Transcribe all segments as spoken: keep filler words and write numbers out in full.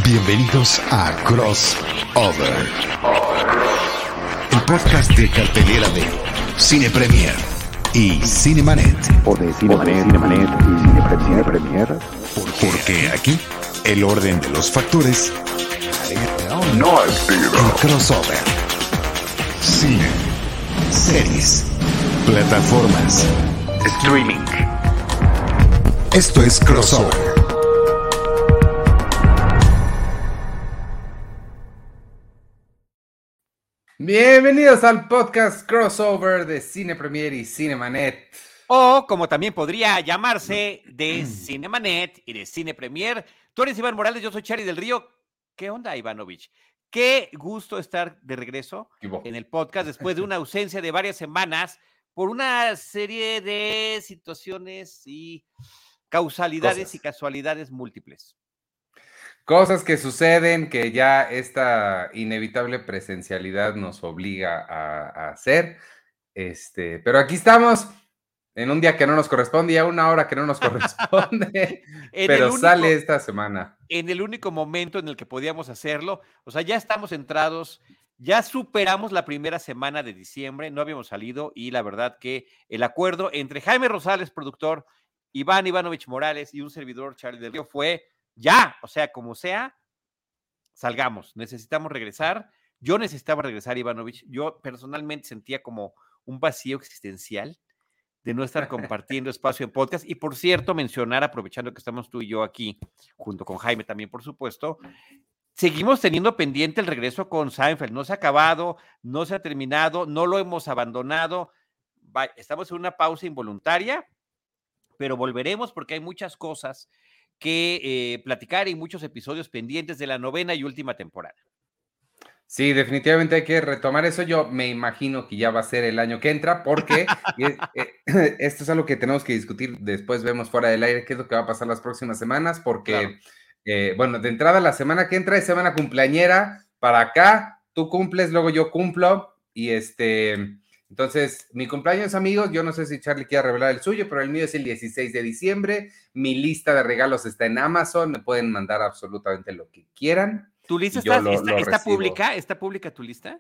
Bienvenidos a Crossover, el podcast de cartelera de Cine Premier y Cinemanet. O de Cinemanet, Cinemanet y Cine Premier, Premier. Porque aquí el orden de los factores no altera. El crossover. Cine, series, plataformas, Streaming. Esto es Crossover. Bienvenidos al podcast Crossover de Cine Premier y Cinemanet. O, como también podría llamarse, de Cinemanet y de Cine Premier. Tú eres Iván Morales, yo soy Chari del Río. ¿Qué onda, Ivanovich? Qué gusto estar de regreso en el podcast después de una ausencia de varias semanas por una serie de situaciones y causalidades Cosas. y casualidades múltiples. Cosas que suceden que ya esta inevitable presencialidad nos obliga a, a hacer. Este, pero aquí estamos en un día que no nos corresponde y a una hora que no nos corresponde, pero único, sale esta semana. En el único momento en el que podíamos hacerlo, o sea, ya estamos entrados, ya superamos la primera semana de diciembre, no habíamos salido y la verdad que el acuerdo entre Jaime Rosales, productor, Iván Ivanovich Morales y un servidor, Charlie del Río, fue ya, o sea, como sea, salgamos, necesitamos regresar. Yo necesitaba regresar, Ivanovich. Yo personalmente sentía como un vacío existencial de no estar compartiendo espacio en podcast. Y por cierto, mencionar, aprovechando que estamos tú y yo aquí, junto con Jaime también, por supuesto, seguimos teniendo pendiente el regreso con Seinfeld. No se ha acabado, no se ha terminado, no lo hemos abandonado. Estamos en una pausa involuntaria, pero volveremos porque hay muchas cosas que eh, platicar y muchos episodios pendientes de la novena y última temporada. Sí, definitivamente hay que retomar eso. Yo me imagino que ya va a ser el año que entra, porque eh, eh, esto es algo que tenemos que discutir. Después vemos fuera del aire qué es lo que va a pasar las próximas semanas, porque, claro. eh, bueno, de entrada la semana que entra es semana cumpleañera para acá. Tú cumples, luego yo cumplo, y este... Entonces, mi cumpleaños, amigos, yo no sé si Charlie quiere revelar el suyo, pero el mío es el dieciséis de diciembre. Mi lista de regalos está en Amazon. Me pueden mandar absolutamente lo que quieran. ¿Tu lista está, lo, está, lo está pública? ¿Está pública tu lista?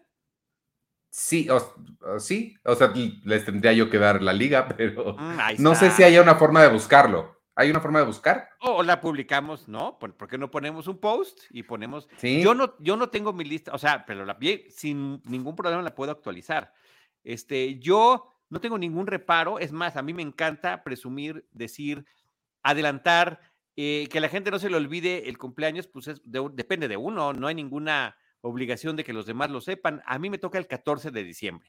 Sí, o, o, sí. O sea, les tendría yo que dar la liga, pero mm, no sé si hay una forma de buscarlo. ¿Hay una forma de buscar? O la publicamos, ¿no? ¿Por, ¿por qué no ponemos un post y ponemos? Sí. Yo no, yo no tengo mi lista, o sea, pero la, sin ningún problema la puedo actualizar. Este, yo no tengo ningún reparo, es más, a mí me encanta presumir, decir, adelantar, eh, que la gente no se le olvide el cumpleaños, pues es de, depende de uno, no hay ninguna obligación de que los demás lo sepan. A mí me toca el catorce de diciembre.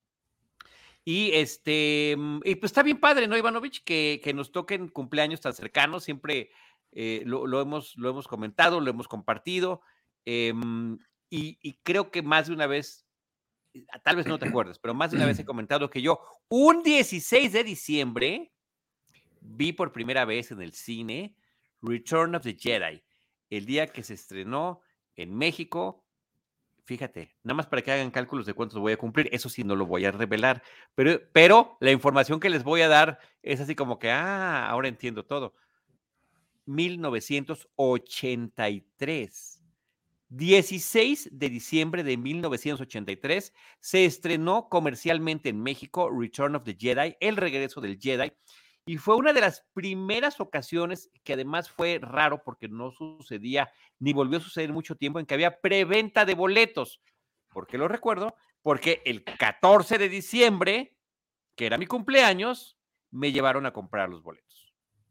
Y este, y pues está bien padre, ¿no, Ivanovich? Que, que nos toquen cumpleaños tan cercanos, siempre eh, lo, lo, hemos, lo hemos comentado, lo hemos compartido, eh, y, y creo que más de una vez, tal vez no te acuerdas, pero más de una vez he comentado que yo un dieciséis de diciembre vi por primera vez en el cine Return of the Jedi, el día que se estrenó en México. Fíjate, nada más para que hagan cálculos de cuántos voy a cumplir, eso sí no lo voy a revelar, pero, pero la información que les voy a dar es así como que, ah, ahora entiendo todo. mil novecientos ochenta y tres. dieciséis de diciembre de mil novecientos ochenta y tres se estrenó comercialmente en México Return of the Jedi, el regreso del Jedi, y fue una de las primeras ocasiones que además fue raro porque no sucedía ni volvió a suceder mucho tiempo en que había preventa de boletos. ¿Por qué lo recuerdo? Porque el catorce de diciembre, que era mi cumpleaños, me llevaron a comprar los boletos.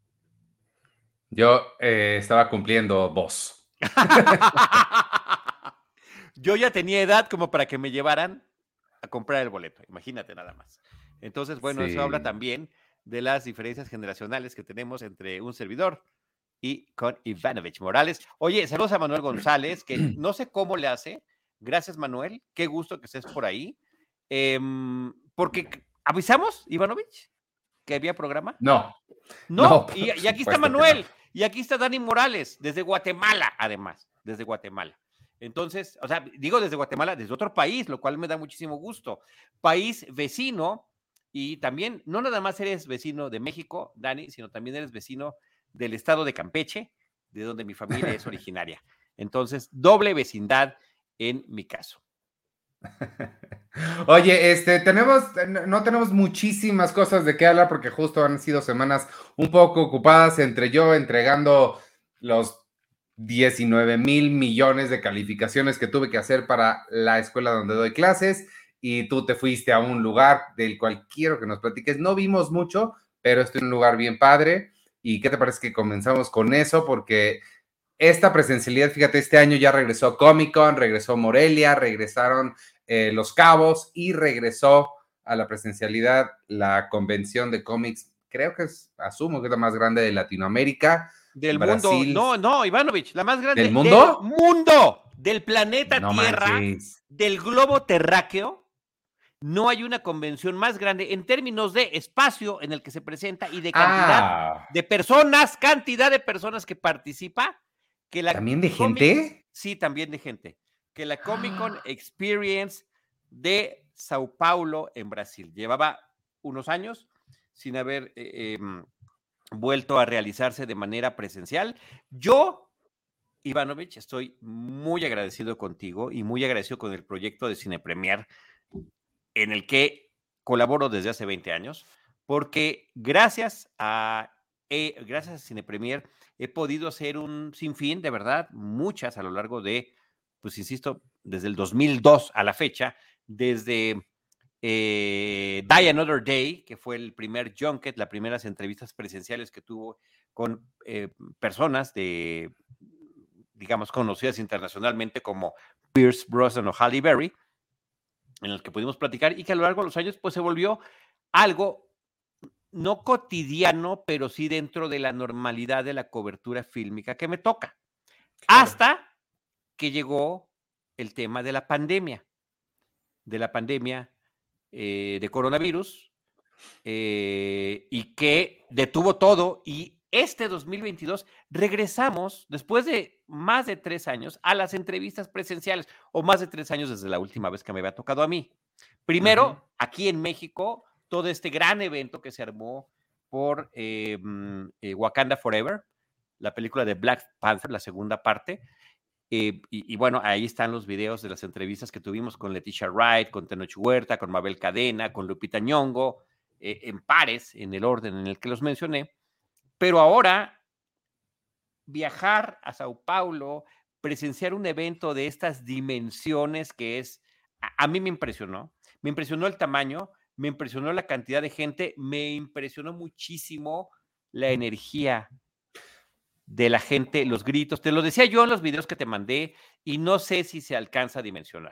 Yo eh, estaba cumpliendo dos. Yo ya tenía edad como para que me llevaran a comprar el boleto, imagínate nada más. Entonces, bueno, sí. Eso habla también de las diferencias generacionales que tenemos entre un servidor y con Ivanovich Morales. Oye, saludos a Manuel González, que no sé cómo le hace. Gracias, Manuel. Qué gusto que estés por ahí. Eh, porque, ¿avisamos, Ivanovich, que había programa? No. No, no y, y aquí está Manuel. No. Y aquí está Dani Morales, desde Guatemala, además, desde Guatemala. Entonces, o sea, digo desde Guatemala, desde otro país, lo cual me da muchísimo gusto. País vecino, y también, no nada más eres vecino de México, Dani, sino también eres vecino del estado de Campeche, de donde mi familia es originaria. Entonces, doble vecindad en mi caso. Oye, este, tenemos, no tenemos muchísimas cosas de qué hablar porque justo han sido semanas un poco ocupadas entre yo entregando los diecinueve mil millones de calificaciones que tuve que hacer para la escuela donde doy clases y tú te fuiste a un lugar del cual quiero que nos platiques. No vimos mucho, pero estoy en un lugar bien padre. ¿Y qué te parece que comenzamos con eso? Porque esta presencialidad, fíjate, este año ya regresó Comic Con, regresó Morelia, regresaron eh, Los Cabos y regresó a la presencialidad la convención de cómics, creo que es, asumo que es la más grande de Latinoamérica. Del Brasil, mundo, no, no, Ivanovich, la más grande del mundo, del mundo, del planeta no Tierra, manches. del globo terráqueo. No hay una convención más grande en términos de espacio en el que se presenta y de cantidad Ah, de personas, cantidad de personas que participa, que la ¿también de Comic- gente? Sí, también de gente. Que la Comic Con Experience de Sao Paulo en Brasil. Llevaba unos años sin haber eh, eh, vuelto a realizarse de manera presencial. Yo, Ivanovich, estoy muy agradecido contigo y muy agradecido con el proyecto de Cine Premier, en el que colaboro desde hace veinte años, porque gracias a, eh, gracias a Cine Premier he podido hacer un sinfín, de verdad, muchas a lo largo de, pues insisto, desde el dos mil dos a la fecha, desde eh, Die Another Day, que fue el primer junket, las primeras entrevistas presenciales que tuvo con eh, personas de, digamos, conocidas internacionalmente como Pierce Brosnan o Halle Berry, en el que pudimos platicar y que a lo largo de los años pues se volvió algo no cotidiano, pero sí dentro de la normalidad de la cobertura fílmica que me toca. Claro. Hasta que llegó el tema de la pandemia, de la pandemia eh, de coronavirus, eh, y que detuvo todo. Y este dos mil veintidós regresamos, después de más de tres años, a las entrevistas presenciales, o más de tres años desde la última vez que me había tocado a mí. Primero, uh-huh. aquí en México, todo este gran evento que se armó por eh, eh, Wakanda Forever, la película de Black Panther, la segunda parte. Eh, y, y bueno, ahí están los videos de las entrevistas que tuvimos con Leticia Wright, con Tenoch Huerta, con Mabel Cadena, con Lupita Nyong'o, eh, en pares, en el orden en el que los mencioné. Pero ahora, viajar a Sao Paulo, presenciar un evento de estas dimensiones que es, a, a mí me impresionó, me impresionó el tamaño, me impresionó la cantidad de gente, me impresionó muchísimo la energía de la gente, los gritos. Te lo decía yo en los videos que te mandé y no sé si se alcanza a dimensionar.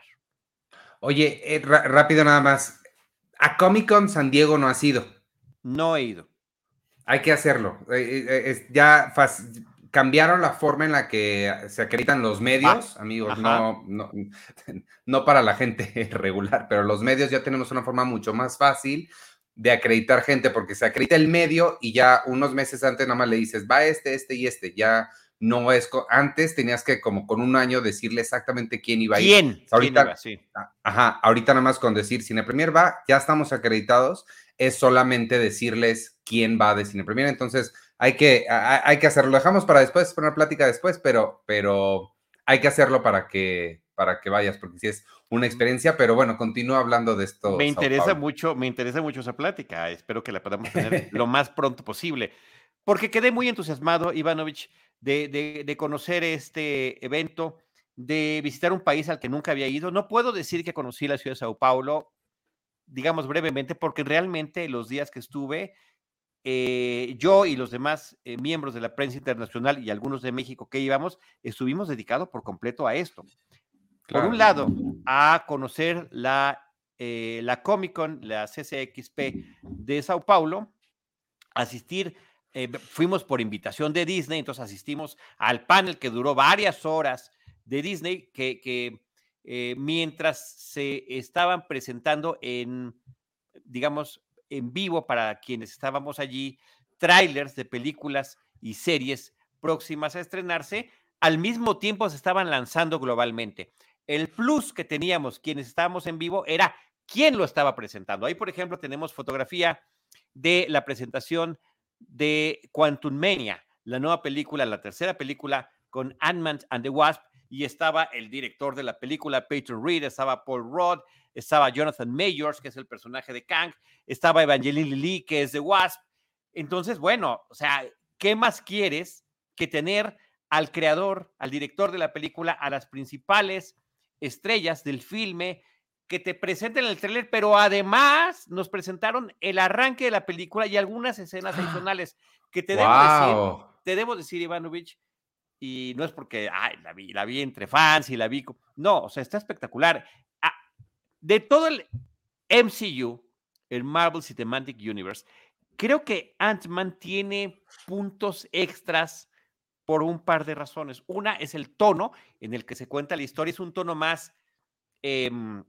Oye, eh, rápido nada más. A Comic Con San Diego no has ido. No he ido. Hay que hacerlo. Eh, eh, eh, ya cambiaron la forma en la que se acreditan los medios, ah, amigos, no, no, no para la gente regular, pero los medios ya tenemos una forma mucho más fácil de acreditar gente, porque se acredita el medio y ya unos meses antes nada más le dices, va este, este y este, ya no es, antes tenías que como con un año decirle exactamente quién iba a ir. ¿Quién? Ahorita, ¿Quién iba? Sí. Ajá, ahorita nada más con decir Cine Premier va, ya estamos acreditados, es solamente decirles quién va de Cine Premier, entonces hay que, hay, hay que hacerlo, lo dejamos para después, para una plática después, pero, pero hay que hacerlo para que, para que vayas, porque sí es una experiencia, pero bueno, continúa hablando de esto. Me interesa mucho, me interesa mucho esa plática, espero que la podamos tener lo más pronto posible, porque quedé muy entusiasmado, Ivanovich, de, de, de conocer este evento, de visitar un país al que nunca había ido. No puedo decir que conocí la ciudad de Sao Paulo, digamos brevemente, porque realmente los días que estuve, eh, yo y los demás eh, miembros de la prensa internacional y algunos de México que íbamos, estuvimos dedicados por completo a esto. Claro. Por un lado, a conocer la, eh, la Comic Con, la C C X P de Sao Paulo, asistir, eh, fuimos por invitación de Disney, entonces asistimos al panel que duró varias horas de Disney, que, que eh, mientras se estaban presentando en, digamos, en vivo para quienes estábamos allí, trailers de películas y series próximas a estrenarse, al mismo tiempo se estaban lanzando globalmente. El plus que teníamos quienes estábamos en vivo era quién lo estaba presentando. Ahí, por ejemplo, tenemos fotografía de la presentación de Quantumania, la nueva película, la tercera película con Ant-Man and the Wasp, y estaba el director de la película, Peyton Reed, estaba Paul Rudd, estaba Jonathan Majors, que es el personaje de Kang, estaba Evangeline Lilly, que es de Wasp. Entonces, bueno, o sea, ¿qué más quieres que tener al creador, al director de la película, a las principales estrellas del filme, que te presenten el tráiler, pero además nos presentaron el arranque de la película y algunas escenas adicionales que te wow. debo decir, te debo decir, Ivanovich, y no es porque ay, la, vi, la vi entre fans y la vi, no, o sea, está espectacular. Ah, de todo el M C U, el Marvel Cinematic Universe, creo que Ant-Man tiene puntos extras por un par de razones. Una es el tono en el que se cuenta la historia, es un tono más eh,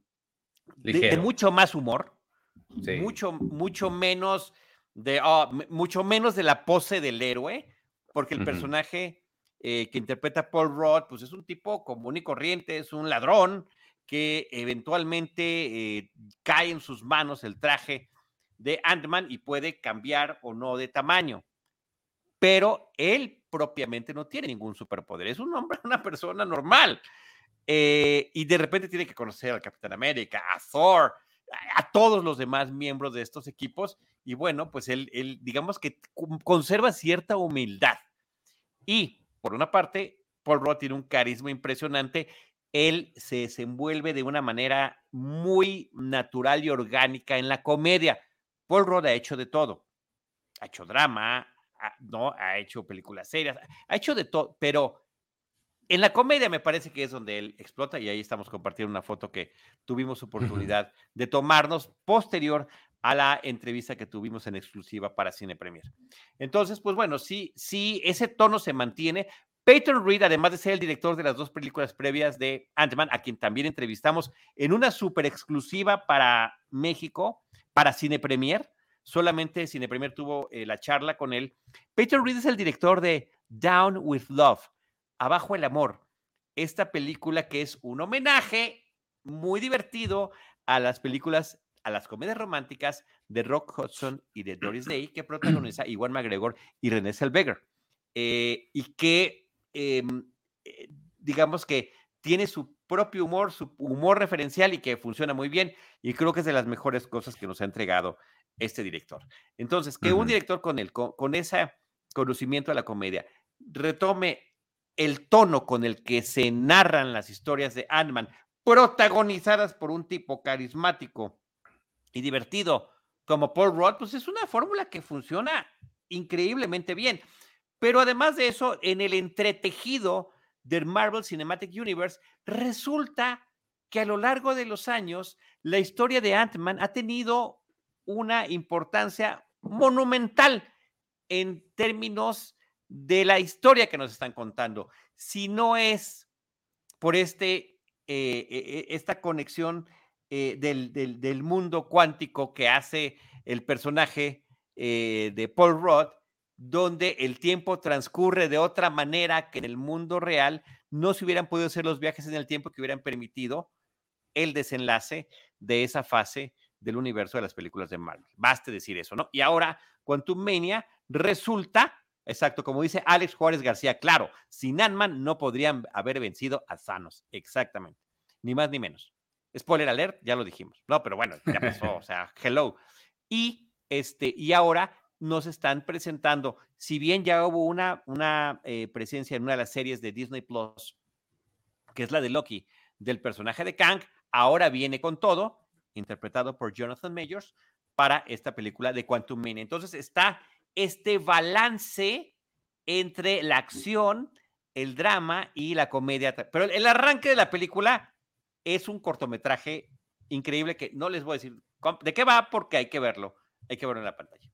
de, de mucho más humor, sí. mucho, mucho menos de oh, mucho menos de la pose del héroe, porque el uh-huh. personaje eh, que interpreta Paul Rudd, pues es un tipo común y corriente, es un ladrón que eventualmente eh, cae en sus manos el traje de Ant-Man y puede cambiar o no de tamaño. Pero él propiamente no tiene ningún superpoder, es un hombre, una persona normal. Eh, y de repente tiene que conocer al Capitán América, a Thor, a, a todos los demás miembros de estos equipos. Y bueno, pues él, él digamos que conserva cierta humildad. Y por una parte, Paul Rudd tiene un carisma impresionante. Él se desenvuelve de una manera muy natural y orgánica en la comedia. Paul Rudd ha hecho de todo. Ha hecho drama, ha, no, ha hecho películas serias, ha hecho de todo, pero en la comedia me parece que es donde él explota, y ahí estamos compartiendo una foto que tuvimos oportunidad uh-huh. de tomarnos posterior a la entrevista que tuvimos en exclusiva para Cine Premier. Entonces, pues bueno, sí, sí, ese tono se mantiene. Peyton Reed, además de ser el director de las dos películas previas de Ant-Man, a quien también entrevistamos en una súper exclusiva para México, para Cine Premier, solamente Cine Premier tuvo eh, la charla con él. Peyton Reed es el director de Down with Love, Abajo el Amor, esta película que es un homenaje muy divertido a las películas, a las comedias románticas de Rock Hudson y de Doris Day, que protagoniza Ewan McGregor y Renée Zellweger, eh, y que eh, eh, digamos que tiene su propio humor, su humor referencial y que funciona muy bien, y creo que es de las mejores cosas que nos ha entregado este director. Entonces, que uh-huh. un director con, el, con, con ese conocimiento de la comedia retome el tono con el que se narran las historias de Ant-Man, protagonizadas por un tipo carismático y divertido como Paul Rudd, pues es una fórmula que funciona increíblemente bien. Pero además de eso, en el entretejido del Marvel Cinematic Universe, resulta que a lo largo de los años, la historia de Ant-Man ha tenido una importancia monumental en términos de la historia que nos están contando. Si no es por este, eh, eh, esta conexión eh, del, del, del mundo cuántico que hace el personaje eh, de Paul Rudd, donde el tiempo transcurre de otra manera que en el mundo real, no se hubieran podido hacer los viajes en el tiempo que hubieran permitido el desenlace de esa fase del universo de las películas de Marvel. Baste decir eso, ¿no? Y ahora, Quantumania resulta, exacto, como dice Alex Juárez García, claro, sin Ant-Man no podrían haber vencido a Thanos, exactamente, ni más ni menos. Spoiler alert, ya lo dijimos, no, pero bueno, ya pasó, o sea, hello. Y, este, y ahora nos están presentando, si bien ya hubo una, una eh, presencia en una de las series de Disney Plus, que es la de Loki, del personaje de Kang, ahora viene con todo, interpretado por Jonathan Majors, para esta película de Quantumania. Entonces está este balance entre la acción, el drama y la comedia. Pero el arranque de la película es un cortometraje increíble que no les voy a decir de qué va porque hay que verlo, hay que verlo en la pantalla.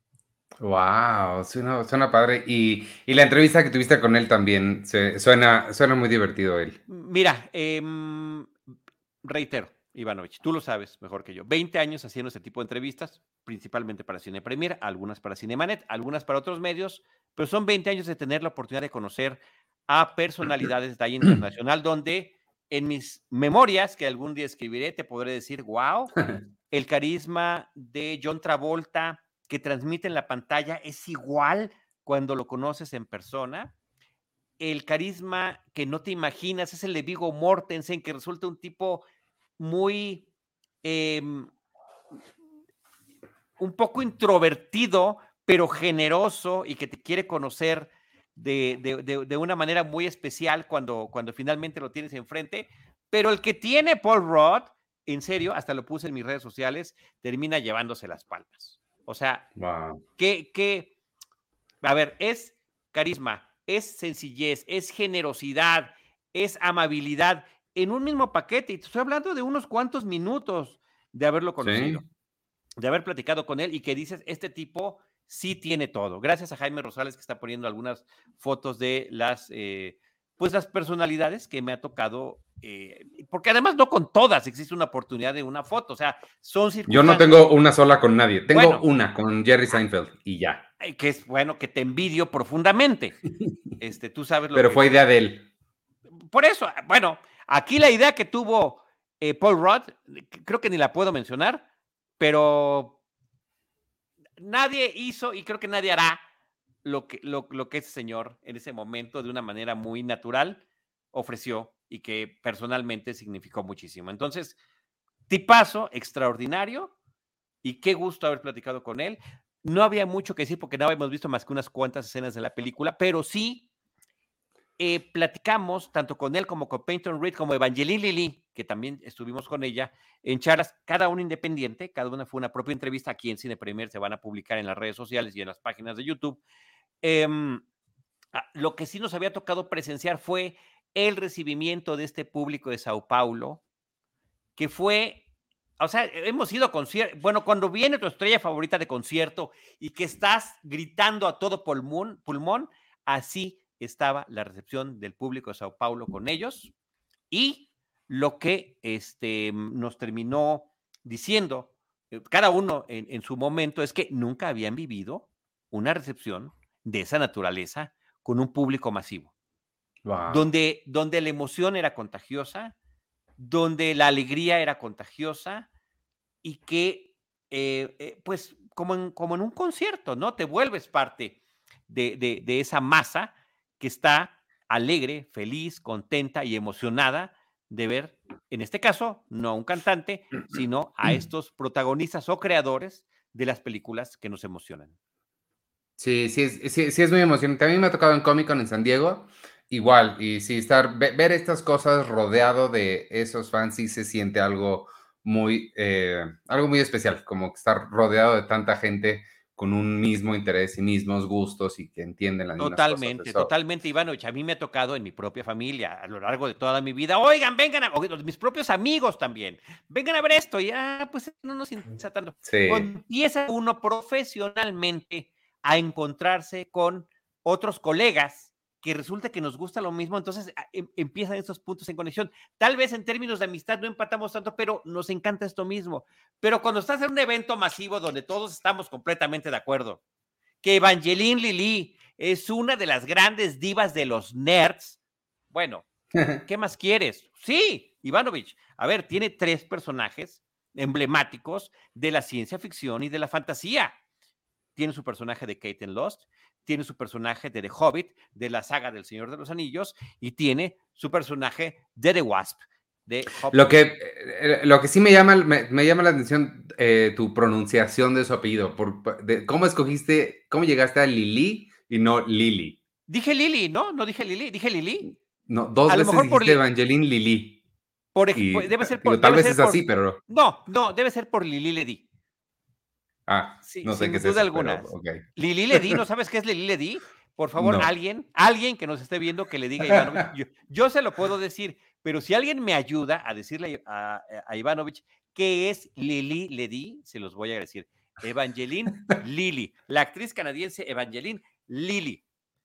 Wow, suena, suena padre. Y, y la entrevista que tuviste con él también se, suena, suena muy divertido él. Mira, eh, reitero, Ivanovich, tú lo sabes mejor que yo. veinte años haciendo este tipo de entrevistas, principalmente para Cine Premier, algunas para Cinemanet, algunas para otros medios, pero son veinte años de tener la oportunidad de conocer a personalidades de talla internacional, donde en mis memorias, que algún día escribiré, te podré decir, wow, el carisma de John Travolta que transmite en la pantalla es igual cuando lo conoces en persona. el carisma que no te imaginas, es el de Viggo Mortensen, que resulta un tipo muy, eh, un poco introvertido, pero generoso y que te quiere conocer de, de, de, de una manera muy especial cuando, cuando finalmente lo tienes enfrente. Pero el que tiene Paul Rudd, en serio, hasta lo puse en mis redes sociales, termina llevándose las palmas. O sea, wow. que, que, a ver, es carisma, es sencillez, es generosidad, es amabilidad en un mismo paquete. Y te estoy hablando de unos cuantos minutos de haberlo conocido, sí, de haber platicado con él y que dices, este tipo sí tiene todo. Gracias a Jaime Rosales, que está poniendo algunas fotos de las, eh, pues las personalidades que me ha tocado, eh, porque además no con todas existe una oportunidad de una foto, o sea, son circunstancias. Yo no tengo una sola con nadie, tengo bueno, una con Jerry Seinfeld y ya. Que es bueno, que te envidio profundamente. Este, tú sabes lo Pero que fue idea de él. Por eso, bueno, aquí la idea que tuvo eh, Paul Rudd, creo que ni la puedo mencionar, pero nadie hizo y creo que nadie hará lo que, lo, lo que ese señor en ese momento de una manera muy natural ofreció y que personalmente significó muchísimo. Entonces, tipazo extraordinario y qué gusto haber platicado con él. No había mucho que decir porque no habíamos visto más que unas cuantas escenas de la película, pero sí eh, platicamos tanto con él como con Peyton Reed como Evangeline Lilly, que también estuvimos con ella en charlas, cada una independiente, cada una fue una propia entrevista. Aquí en Cine Premier se van a publicar en las redes sociales y en las páginas de YouTube. Eh, lo que sí nos había tocado presenciar fue el recibimiento de este público de Sao Paulo, que fue, o sea, hemos ido a conciertos, bueno, cuando viene tu estrella favorita de concierto y que estás gritando a todo pulmón, pulmón, así estaba la recepción del público de Sao Paulo con ellos. Y lo que este, nos terminó diciendo cada uno en, en su momento es que nunca habían vivido una recepción de esa naturaleza con un público masivo, wow. donde, donde la emoción era contagiosa, donde la alegría era contagiosa y que, eh, eh, pues, como en, como en un concierto, ¿no? Te vuelves parte de, de, de esa masa que está alegre, feliz, contenta y emocionada de ver, en este caso, no a un cantante, sino a estos protagonistas o creadores de las películas que nos emocionan. Sí, sí es, sí, sí es muy emocionante. A mí me ha tocado en Comic Con en San Diego, igual, y sí, estar, ver estas cosas rodeado de esos fans sí se siente algo muy, eh, algo muy especial, como estar rodeado de tanta gente con un mismo interés y mismos gustos y que entienden las mismas totalmente, cosas. Totalmente, totalmente, Ivanovich. A mí me ha tocado en mi propia familia, a lo largo de toda mi vida, oigan, vengan, a, o mis propios amigos también, vengan a ver esto, y ah, pues no nos interesa tanto. Sí. Cuando empieza uno profesionalmente a encontrarse con otros colegas que resulta que nos gusta lo mismo, entonces em, empiezan estos puntos en conexión. Tal vez en términos de amistad no empatamos tanto, pero nos encanta esto mismo. Pero cuando estás en un evento masivo donde todos estamos completamente de acuerdo, que Evangeline Lilly es una de las grandes divas de los nerds, bueno, ¿qué más quieres? Sí, Ivanovich, a ver, tiene tres personajes emblemáticos de la ciencia ficción y de la fantasía. Tiene su personaje de Kate and Lost, tiene su personaje de The Hobbit, de la saga del Señor de los Anillos, y tiene su personaje de The Wasp. De lo, que, eh, lo que sí me llama, me, me llama la atención eh, tu pronunciación de su apellido. Por, de, ¿Cómo escogiste, cómo llegaste a Lili y no Lili? Dije Lili, ¿no? No dije Lili, dije Lili. No, dos a veces dijiste por Evangeline Lilly. Por, y, debe ser por, digo, tal debe vez ser es por, así, pero... No, no, debe ser por Lili Ledi. Ah, sí, no sé sin qué es duda eso, alguna. Pero, okay. Lili Ledi, ¿no sabes qué es Lili Ledi? Por favor, no. alguien, alguien que nos esté viendo que le diga a Ivanovich. Yo, yo se lo puedo decir, pero si alguien me ayuda a decirle a, a Ivanovich qué es Lili Ledi, se los voy a decir. Evangeline Lilly, la actriz canadiense Evangeline Lilly.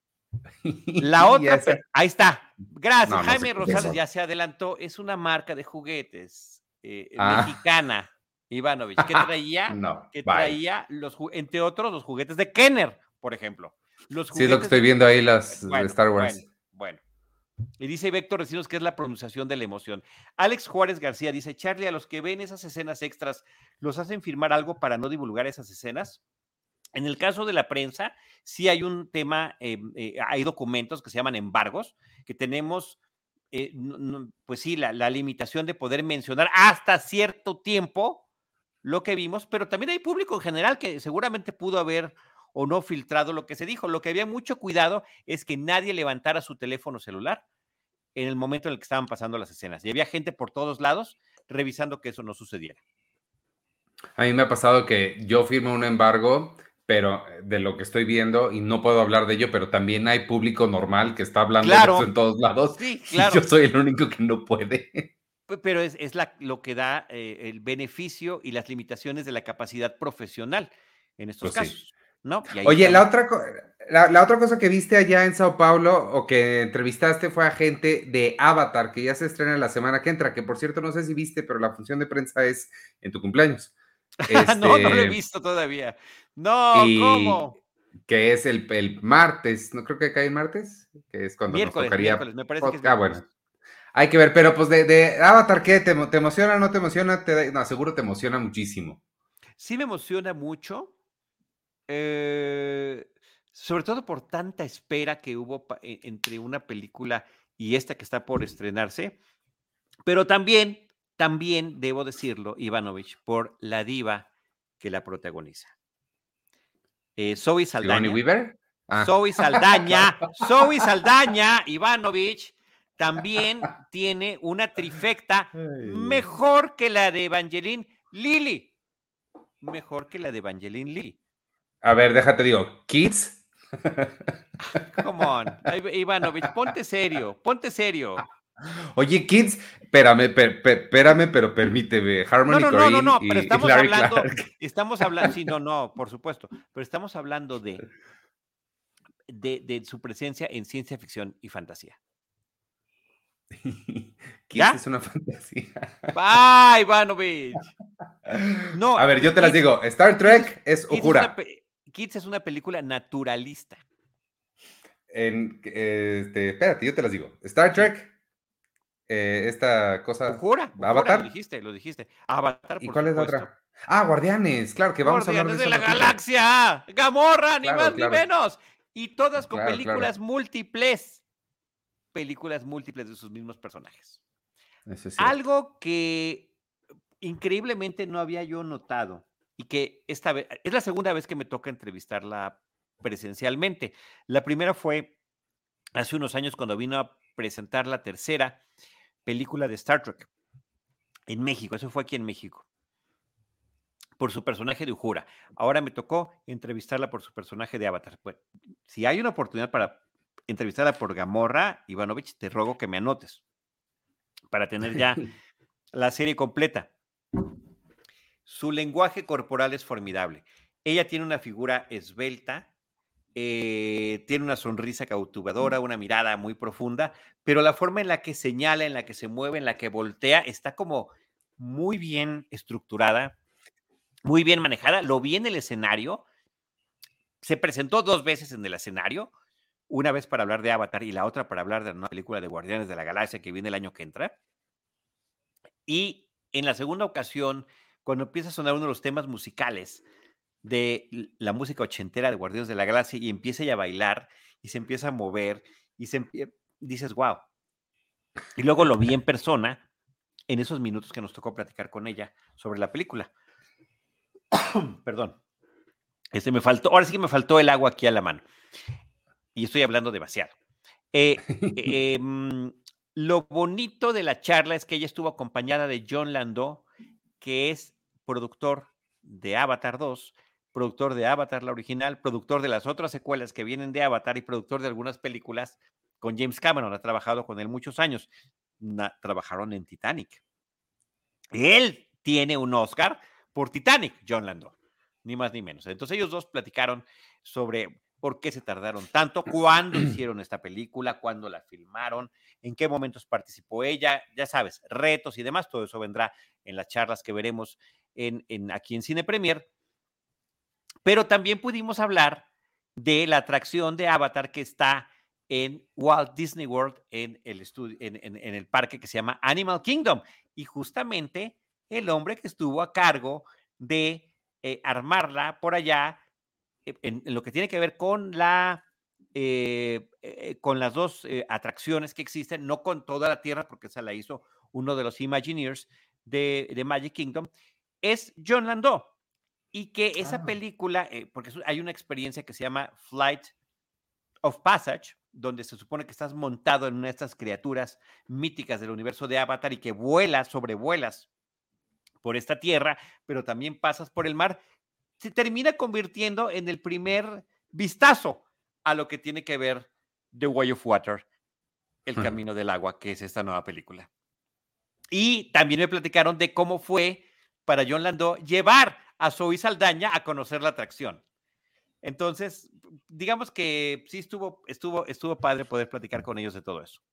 La otra, se... ahí está. Gracias, no, no Jaime Rosales ya se adelantó. Es una marca de juguetes eh, ah. mexicana, Ivanovich, que traía, no, que traía los, entre otros, los juguetes de Kenner, por ejemplo. Los sí, es lo que estoy viendo ahí, las bueno, de Star Wars. Bueno, bueno. Y dice Víctor Recinos que es la pronunciación de la emoción. Alex Juárez García dice, Charlie, a los que ven esas escenas extras, ¿los hacen firmar algo para no divulgar esas escenas? En el caso de la prensa, sí hay un tema, eh, eh, hay documentos que se llaman embargos, que tenemos, eh, no, no, pues sí, la, la limitación de poder mencionar hasta cierto tiempo lo que vimos, pero también hay público en general que seguramente pudo haber o no filtrado lo que se dijo. Lo que había mucho cuidado es que nadie levantara su teléfono celular en el momento en el que estaban pasando las escenas. Y había gente por todos lados revisando que eso no sucediera. A mí me ha pasado que yo firmo un embargo, pero de lo que estoy viendo, y no puedo hablar de ello, pero también hay público normal que está hablando Claro, de eso en todos lados, sí, claro. y yo soy el único que no puede. Pero es, es la, lo que da eh, el beneficio y las limitaciones de la capacidad profesional en estos Pues sí. casos, ¿no? Y ahí Oye, la estamos. otra, la, la otra cosa que viste allá en Sao Paulo o que entrevistaste fue a gente de Avatar, que ya se estrena la semana que entra, que por cierto no sé si viste, pero la función de prensa es en tu cumpleaños. Este, No, no lo he visto todavía. No, y ¿cómo? que es el, el martes, no creo que cae el martes, que es cuando Miércoles, nos tocaría. miércoles, me parece que es Ah, miércoles. bueno. Hay que ver, pero pues de, de Avatar, ¿qué? ¿Te, te emociona o no te emociona? Te da, no, seguro te emociona muchísimo. Sí me emociona mucho, eh, sobre todo por tanta espera que hubo pa- e- entre una película y esta que está por estrenarse, pero también, también debo decirlo, Ivanovich, por la diva que la protagoniza. Eh, Zoe ¿Sigourney Saldaña. Weaver? Ah. Zoe Saldaña, Zoe Saldaña, Ivanovich, también tiene una trifecta mejor que la de Evangeline Lilly. Mejor que la de Evangeline Lilly. A ver, déjate digo, ¿Kids? Come on, Ivanovich, ponte serio, ponte serio. Oye, Kids, espérame, per, per, espérame, pero permíteme. Harmony No, no, no, Korine no, no, y, pero y estamos Larry hablando, Clark. estamos hablando, sí, no, no, por supuesto, pero estamos hablando de, de, de su presencia en ciencia ficción y fantasía. Kids ¿Ya? es una fantasía. Bye, Ivanovich. No, A ver, yo te las Kids, digo. Star Trek es Kids es, Uhura. una, pe- Kids es una película naturalista. En, este, espérate, yo te las digo. Star Trek, eh, esta cosa. Uhura, Uhura, Avatar. lo dijiste, lo dijiste. Avatar, ¿Y por cuál supuesto. es la otra? Ah, Guardianes, claro, que vamos Guardianes a hablar de de eso. la ratito. Galaxia, Gamorra, ni Claro, más claro. ni menos. Y todas con Claro, películas claro. múltiples. Películas múltiples de sus mismos personajes. Eso es cierto. Algo que increíblemente no había yo notado y que esta vez, es la segunda vez que me toca entrevistarla presencialmente. La primera fue hace unos años cuando vino a presentar la tercera película de Star Trek en México. Eso fue aquí en México. Por su personaje de Uhura. Ahora me tocó entrevistarla por su personaje de Avatar. Bueno, si hay una oportunidad para entrevistarla por Gamorra, Ivanovich, te ruego que me anotes para tener ya la serie completa. Su lenguaje corporal es formidable. Ella tiene una figura esbelta, eh, tiene una sonrisa cautivadora, una mirada muy profunda, pero la forma en la que señala, en la que se mueve, en la que voltea, está como muy bien estructurada, muy bien manejada. Lo vi en el escenario. Se presentó dos veces en el escenario, una vez para hablar de Avatar y la otra para hablar de una película de Guardianes de la Galaxia que viene el año que entra. Y en la segunda ocasión, cuando empieza a sonar uno de los temas musicales de la música ochentera de Guardianes de la Galaxia y empieza ella a bailar y se empieza a mover y se empie... dices, wow. Y luego lo vi en persona en esos minutos que nos tocó platicar con ella sobre la película. Perdón. Este me faltó, ahora sí que me faltó el agua aquí a la mano. Y estoy hablando demasiado. Eh, eh, eh, lo bonito de la charla es que ella estuvo acompañada de John Landau, que es productor de Avatar dos, productor de Avatar la original, productor de las otras secuelas que vienen de Avatar y productor de algunas películas con James Cameron. Ha trabajado con él muchos años. Na, trabajaron en Titanic. Él tiene un Oscar por Titanic, John Landau, ni más ni menos. Entonces ellos dos platicaron sobre por qué se tardaron tanto, cuándo hicieron esta película, cuándo la filmaron, en qué momentos participó ella, ya sabes, retos y demás. Todo eso vendrá en las charlas que veremos en, en, aquí en Cine Premier. Pero también pudimos hablar de la atracción de Avatar que está en Walt Disney World, en el, estudio, en, en, en el parque que se llama Animal Kingdom. Y justamente el hombre que estuvo a cargo de eh, armarla por allá en, en lo que tiene que ver con la eh, eh, con las dos eh, atracciones que existen, no con toda la Tierra, porque esa la hizo uno de los Imagineers de, de Magic Kingdom, es John Landau. Y que esa Ah. película, eh, porque hay una experiencia que se llama Flight of Passage, donde se supone que estás montado en una de estas criaturas míticas del universo de Avatar y que vuelas, sobrevuelas por esta tierra, pero también pasas por el mar, se termina convirtiendo en el primer vistazo a lo que tiene que ver The Way of Water, El Hmm. Camino del Agua, que es esta nueva película. Y también me platicaron de cómo fue para John Landau llevar a Zoe Saldaña a conocer la atracción. Entonces, digamos que sí estuvo, estuvo, estuvo padre poder platicar con ellos de todo eso.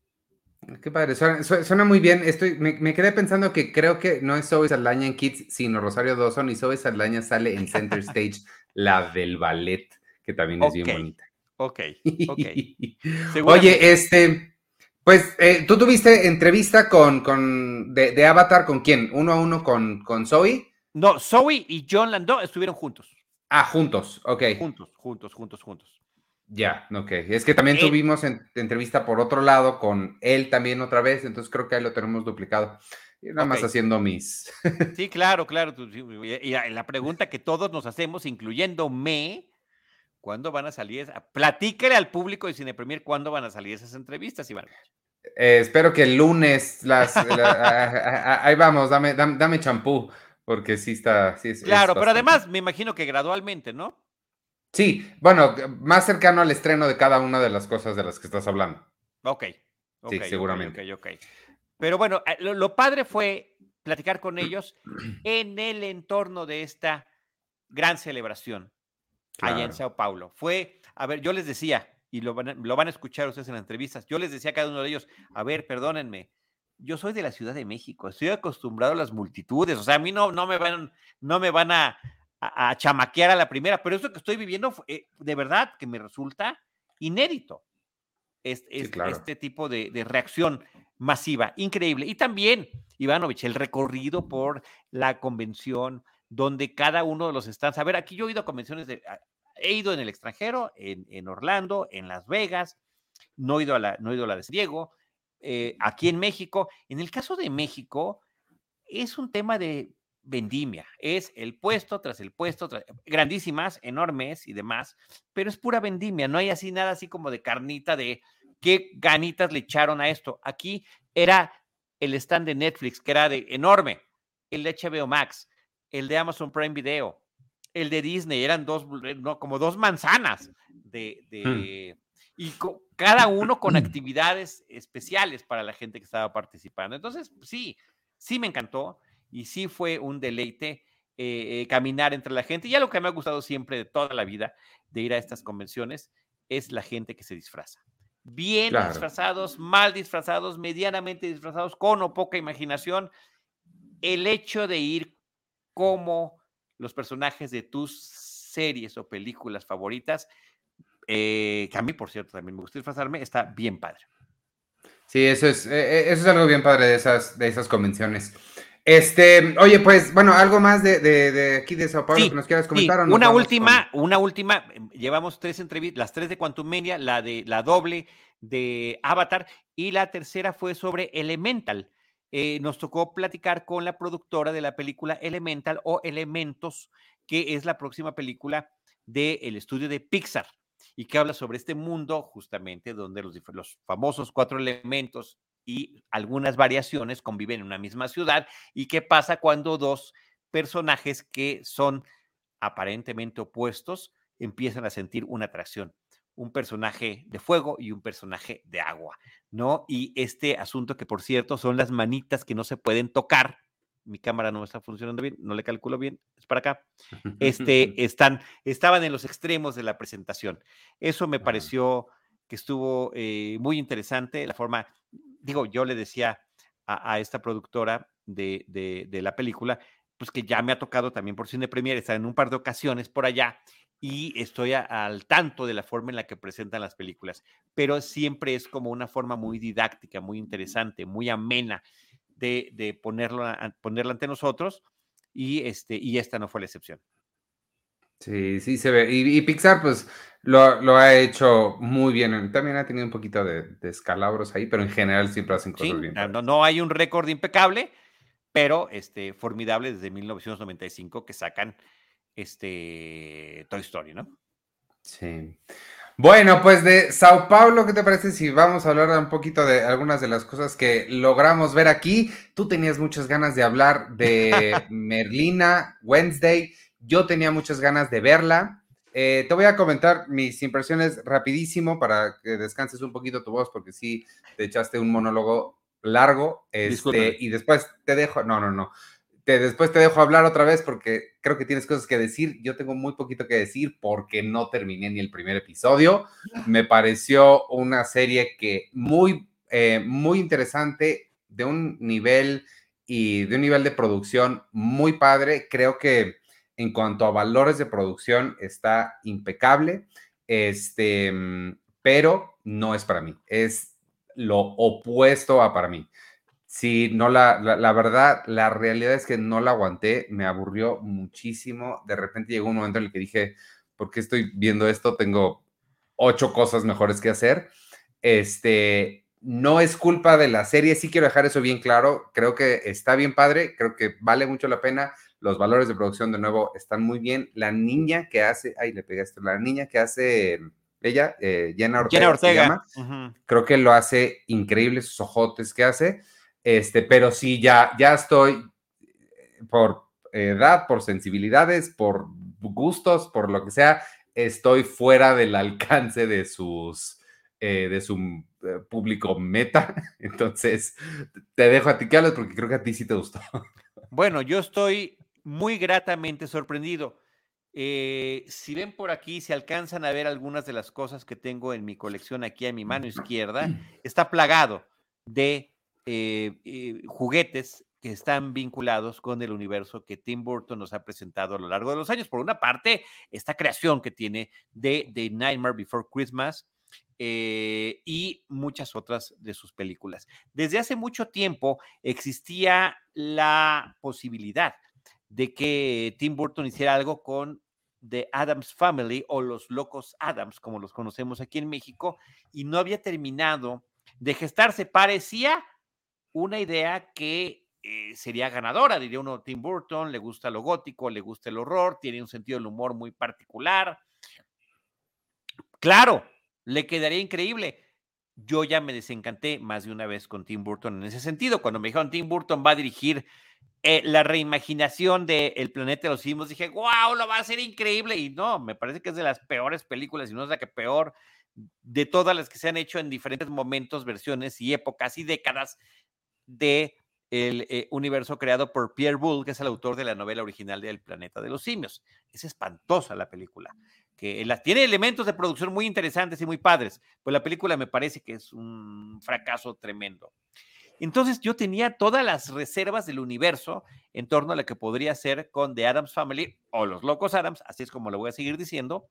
Qué padre, suena, su- suena muy bien. Estoy, me, me quedé pensando que creo que no es Zoe Saldaña en Kids, sino Rosario Dawson, y Zoe Saldaña sale en Center Stage, la del ballet, que también es Ok, bien bonita. ok, ok. Oye, Seguramente. este, pues eh, tú tuviste entrevista con, con de, de Avatar, ¿con quién? ¿Uno a uno con, con Zoe? No, Zoe y John Landau estuvieron juntos. Ah, juntos, ok. Juntos, juntos, juntos, juntos. Ya, ok. Es que también Eh, tuvimos en- entrevista por otro lado con él también otra vez, entonces creo que ahí lo tenemos duplicado. Y nada más ok. haciendo mis... Sí, claro, claro. tú- sí, Y y la pregunta que todos nos hacemos, incluyéndome, ¿cuándo van a salir? esa- Platícale al público de Cine Premier cuándo van a salir esas entrevistas, Iván. Eh, espero que el lunes las... la- a- a- a- ahí vamos, dame dame dame champú, porque sí está... Sí es, es Claro, pero bastante. además me imagino que gradualmente, ¿no? Sí, bueno, más cercano al estreno de cada una de las cosas de las que estás hablando. Ok, Sí, ok, ok, ok, seguramente. ok. Pero bueno, eh, lo, lo padre fue platicar con ellos en el entorno de esta gran celebración allá en Claro. Sao Paulo. Fue, a ver, yo les decía, y lo van, a, lo van a escuchar ustedes en las entrevistas, yo les decía a cada uno de ellos, a ver, perdónenme, yo soy de la Ciudad de México, estoy acostumbrado a las multitudes, o sea, a mí no, no me van, no me van a, a, a chamaquear a la primera, pero esto que estoy viviendo, eh, de verdad que me resulta inédito. Este, Sí, este, claro. este tipo de, de reacción masiva, increíble. Y también, Ivanovich, el recorrido por la convención, donde cada uno de los stands, a ver, aquí yo he ido a convenciones, de, he ido en el extranjero, en, en Orlando, en Las Vegas, no he ido a la, no he ido a la de San Diego, eh, aquí en México. En el caso de México, es un tema de vendimia, es el puesto tras el puesto, tras, grandísimas, enormes y demás, pero es pura vendimia, no hay así nada así como de carnita de qué ganitas le echaron a esto. Aquí era el stand de Netflix, que era de enorme, el de H B O Max, el de Amazon Prime Video, el de Disney, eran dos, no, como dos manzanas de, de hmm. y co, cada uno con actividades especiales para la gente que estaba participando. Entonces, sí, sí me encantó y sí fue un deleite eh, eh, caminar entre la gente. Y algo que me ha gustado siempre de toda la vida de ir a estas convenciones es la gente que se disfraza. Bien claro. disfrazados, mal disfrazados, medianamente disfrazados, con o poca imaginación. El hecho de ir como los personajes de tus series o películas favoritas, eh, que a mí, por cierto, también me gusta disfrazarme, está bien padre. Sí, eso es, eh, eso es algo bien padre de esas, de esas convenciones. Este, oye, pues, bueno, algo más de, de, de aquí de Sao Paulo sí, que nos quieras comentar. Sí. ¿O nos una última, con... una última, llevamos tres entrevistas, las tres de Quantumania, la de la doble de Avatar y la tercera fue sobre Elemental. Eh, nos tocó platicar con la productora de la película Elemental o Elementos, que es la próxima película del estudio de Pixar y que habla sobre este mundo justamente donde los, los famosos cuatro elementos y algunas variaciones conviven en una misma ciudad y qué pasa cuando dos personajes que son aparentemente opuestos empiezan a sentir una atracción. Un personaje de fuego y un personaje de agua, ¿no? Y este asunto que, por cierto, son las manitas que no se pueden tocar. Mi cámara no está funcionando bien, no le calculo bien, es para acá. Este, están, estaban en los extremos de la presentación. Eso me pareció que estuvo eh, muy interesante, la forma, digo, yo le decía a, a esta productora de, de, de la película, pues que ya me ha tocado también por Cine Premier estar en un par de ocasiones por allá y estoy a, al tanto de la forma en la que presentan las películas, pero siempre es como una forma muy didáctica, muy interesante, muy amena de, de ponerlo, a, ponerla ante nosotros y, este, y esta no fue la excepción. Sí, sí se ve. Y, y Pixar, pues, lo, lo ha hecho muy bien. También ha tenido un poquito de, de escalabros ahí, pero en general siempre hacen cosas Sí, bien no, padres. no hay un récord impecable, pero este, formidable desde mil novecientos noventa y cinco que sacan este, Toy Story, ¿no? Sí. Bueno, pues de Sao Paulo, ¿qué te parece si vamos a hablar un poquito de algunas de las cosas que logramos ver aquí? Tú tenías muchas ganas de hablar de Merlina Wednesday, yo tenía muchas ganas de verla. Eh, te voy a comentar mis impresiones rapidísimo para que descanses un poquito tu voz, porque sí te echaste un monólogo largo, este, Discúlpeme. y después te dejo, no, no, no, te, después te dejo hablar otra vez porque creo que tienes cosas que decir. Yo tengo muy poquito que decir porque no terminé ni el primer episodio. Me pareció una serie que muy, eh, muy interesante, de un nivel y de un nivel de producción muy padre. Creo que en cuanto a valores de producción está impecable, este, pero no es para mí. Es lo opuesto a para mí. Sí, no la, la, la verdad, la realidad es que no la aguanté, me aburrió muchísimo. De repente llegó un momento en el que dije, ¿por qué estoy viendo esto? Tengo ocho cosas mejores que hacer. Este, no es culpa de la serie, sí quiero dejar eso bien claro. Creo que está bien padre, creo que vale mucho la pena. Los valores de producción, de nuevo, están muy bien. La niña que hace, ay, le pegué esto, la niña que hace ella, eh, Jenna Jenna Ortega se Ortega. llama, Uh-huh. creo que lo hace increíble, sus ojotes que hace. Este, pero sí, ya, ya estoy por edad, por sensibilidades, por gustos, por lo que sea, estoy fuera del alcance de sus, eh, de su eh, público meta. Entonces, te dejo a ti que hables porque creo que a ti sí te gustó. Bueno, yo estoy muy gratamente sorprendido. Eh, si ven por aquí, si alcanzan a ver algunas de las cosas que tengo en mi colección aquí a mi mano izquierda, está plagado de eh, eh, juguetes que están vinculados con el universo que Tim Burton nos ha presentado a lo largo de los años. Por una parte, esta creación que tiene de The Nightmare Before Christmas, eh, y muchas otras de sus películas. Desde hace mucho tiempo existía la posibilidad de que Tim Burton hiciera algo con The Addams Family o los Locos Adams, como los conocemos aquí en México, y no había terminado de gestarse. Parecía una idea que eh, sería ganadora, diría uno. Tim Burton le gusta lo gótico, le gusta el horror, tiene un sentido del humor muy particular. Claro, le quedaría increíble. Yo ya me desencanté más de una vez con Tim Burton en ese sentido. Cuando me dijeron Tim Burton va a dirigir eh, la reimaginación de El Planeta de los Simios, dije, wow, lo va a hacer increíble. Y no, me parece que es de las peores películas, y no es la que peor de todas las que se han hecho en diferentes momentos, versiones y épocas y décadas de el eh, universo creado por Pierre Boulle, que es el autor de la novela original de El Planeta de los Simios. Es espantosa la película, que la, tiene elementos de producción muy interesantes y muy padres, pues la película me parece que es un fracaso tremendo. Entonces yo tenía todas las reservas del universo en torno a lo que podría ser con The Addams Family o Los Locos Adams, así es como lo voy a seguir diciendo,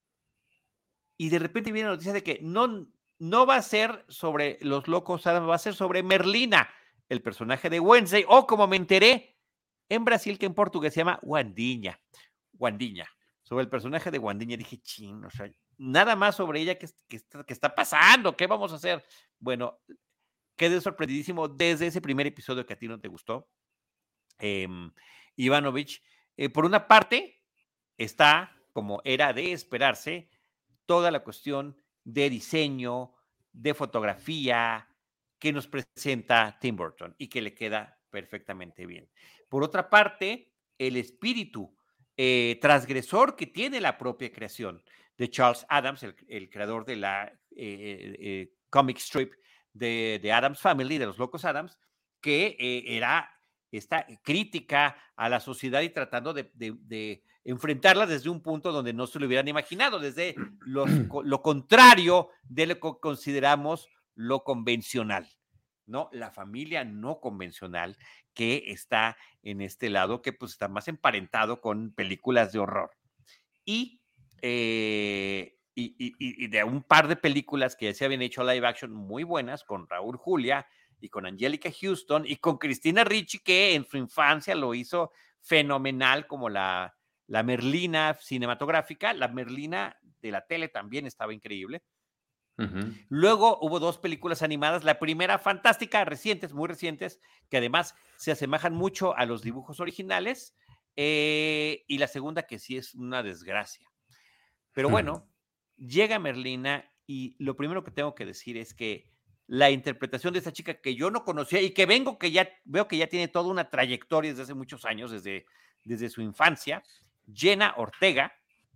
y de repente viene la noticia de que no, no va a ser sobre Los Locos Adams, va a ser sobre Merlina, el personaje de Wednesday, o como me enteré en Brasil, que en portugués se llama Wandiña, Wandiña, sobre el personaje de Wandiña. Dije, ching, o sea, nada más sobre ella, ¿qué, qué, qué está pasando? ¿Qué vamos a hacer? Bueno, quedé sorprendidísimo desde ese primer episodio que a ti no te gustó, eh, Ivanovich. Eh, por una parte, está, como era de esperarse, toda la cuestión de diseño, de fotografía que nos presenta Tim Burton y que le queda perfectamente bien. Por otra parte, el espíritu eh, transgresor que tiene la propia creación de Charles Addams, el, el creador de la eh, eh, comic strip de, de Addams Family, de los Locos Adams, que eh, era esta crítica a la sociedad y tratando de, de, de enfrentarla desde un punto donde no se lo hubieran imaginado, desde los, lo contrario de lo que consideramos lo convencional, ¿no? La familia no convencional que está en este lado, que pues está más emparentado con películas de horror. Y, eh, y, y, y de un par de películas que ya se habían hecho live action muy buenas, con Raúl Julia y con Angélica Houston y con Christina Ricci, que en su infancia lo hizo fenomenal como la la Merlina cinematográfica, la Merlina de la tele también estaba increíble. Uh-huh. Luego hubo dos películas animadas, la primera fantástica, recientes, muy recientes, que además se asemejan mucho a los dibujos originales, eh, y la segunda que sí es una desgracia. Pero bueno, uh-huh. llega Merlina y lo primero que tengo que decir es que la interpretación de esta chica que yo no conocía y que vengo que ya veo que ya tiene toda una trayectoria desde hace muchos años, desde, desde su infancia, Jenna Ortega,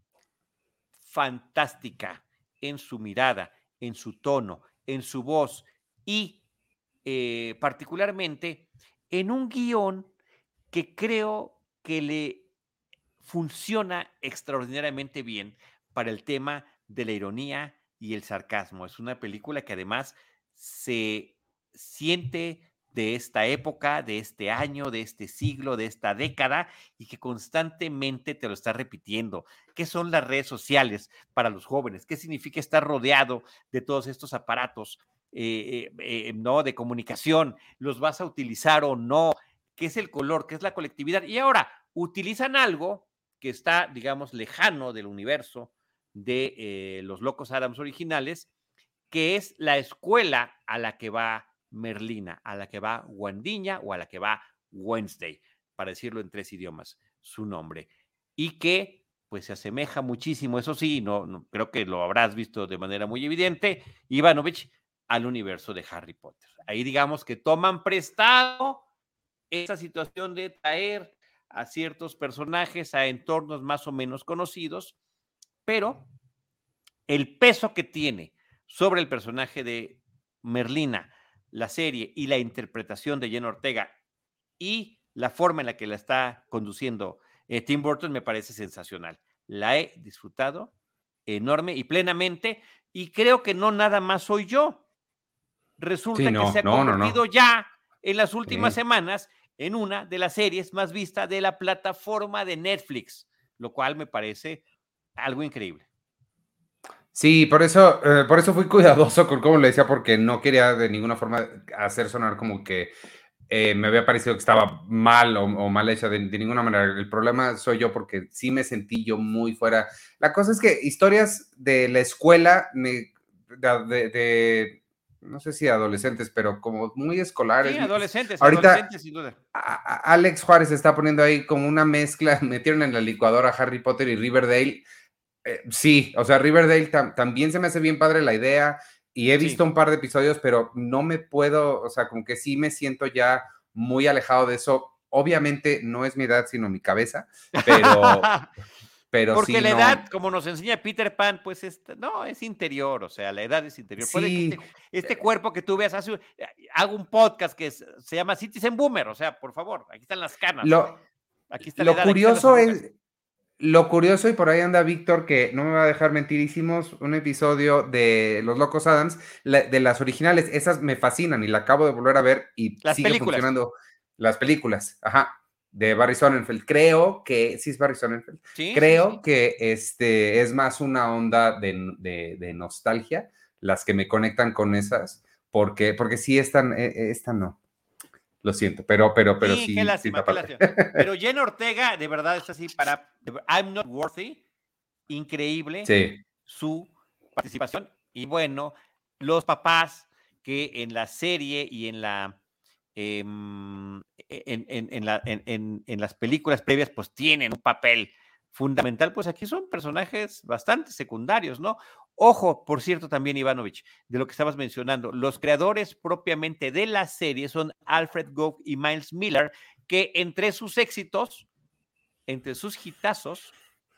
fantástica en su mirada, en su tono, en su voz y eh, particularmente en un guión que creo que le funciona extraordinariamente bien para el tema de la ironía y el sarcasmo. Es una película que además se siente de esta época, de este año, de este siglo, de esta década, y que constantemente te lo está repitiendo. ¿Qué son las redes sociales para los jóvenes? ¿Qué significa estar rodeado de todos estos aparatos eh, eh, ¿no? de comunicación? ¿Los vas a utilizar o no? ¿Qué es el color? ¿Qué es la colectividad? Y ahora utilizan algo que está, digamos, lejano del universo de eh, los Locos Adams originales, que es la escuela a la que va Merlina, a la que va Wandiña o a la que va Wednesday, para decirlo en tres idiomas, su nombre. Y que, pues, se asemeja muchísimo, eso sí, no, no creo que lo habrás visto de manera muy evidente, Ivanovich, al universo de Harry Potter. Ahí digamos que toman prestado esa situación de traer a ciertos personajes a entornos más o menos conocidos, pero el peso que tiene sobre el personaje de Merlina, la serie y la interpretación de Jenna Ortega y la forma en la que la está conduciendo eh, Tim Burton me parece sensacional. La he disfrutado enorme y plenamente, y creo que no nada más soy yo. Resulta sí, no, que se ha no, convertido no, no. ya en las últimas sí. semanas en una de las series más vistas de la plataforma de Netflix, lo cual me parece algo increíble. Sí, por eso, eh, por eso fui cuidadoso con cómo le decía, porque no quería de ninguna forma hacer sonar como que eh, me había parecido que estaba mal o, o mal hecha, de, de ninguna manera. El problema soy yo, porque sí me sentí yo muy fuera. La cosa es que historias de la escuela, me, de, de, de no sé si adolescentes, pero como muy escolares. Sí, adolescentes, ahorita, adolescentes, sin duda. A, a Alex Juárez está poniendo ahí como una mezcla, metieron en la licuadora Harry Potter y Riverdale. Eh, sí, o sea, Riverdale tam, también se me hace bien padre la idea, y he visto sí. un par de episodios, pero no me puedo, o sea, como que sí me siento ya muy alejado de eso. Obviamente no es mi edad, sino mi cabeza, pero... pero Porque sí, la no. edad, como nos enseña Peter Pan, pues es, no, es interior, o sea, la edad es interior. Sí. Puede que este, este cuerpo que tú veas, hace, hago un podcast que es, se llama Citizen Boomer, o sea, por favor, aquí están las canas. Lo, aquí está lo la edad, curioso es... Lo curioso, y por ahí anda Víctor, que no me va a dejar mentir, hicimos un episodio de Los Locos Adams, la, de las originales, esas me fascinan y la acabo de volver a ver y las sigue películas. funcionando. Las películas, ajá, de Barry Sonnenfeld. Creo que, sí es Barry Sonnenfeld, ¿Sí? creo sí, sí. que este, es más una onda de, de, de nostalgia, las que me conectan con esas, porque, porque sí, están, esta no. Lo siento, pero, pero, pero sí. Sí, qué lástima, sí qué lástima. Pero Jenna Ortega, de verdad, es así para I'm Not Worthy, increíble sí. su participación. Y bueno, los papás que en la serie y en la eh, en, en, en, la, en, en, en las películas previas, pues tienen un papel fundamental, pues aquí son personajes bastante secundarios, ¿no? Ojo, por cierto, también, Ivanovich, de lo que estabas mencionando, los creadores propiamente de la serie son Alfred Gough y Miles Miller, que entre sus éxitos, entre sus hitazos,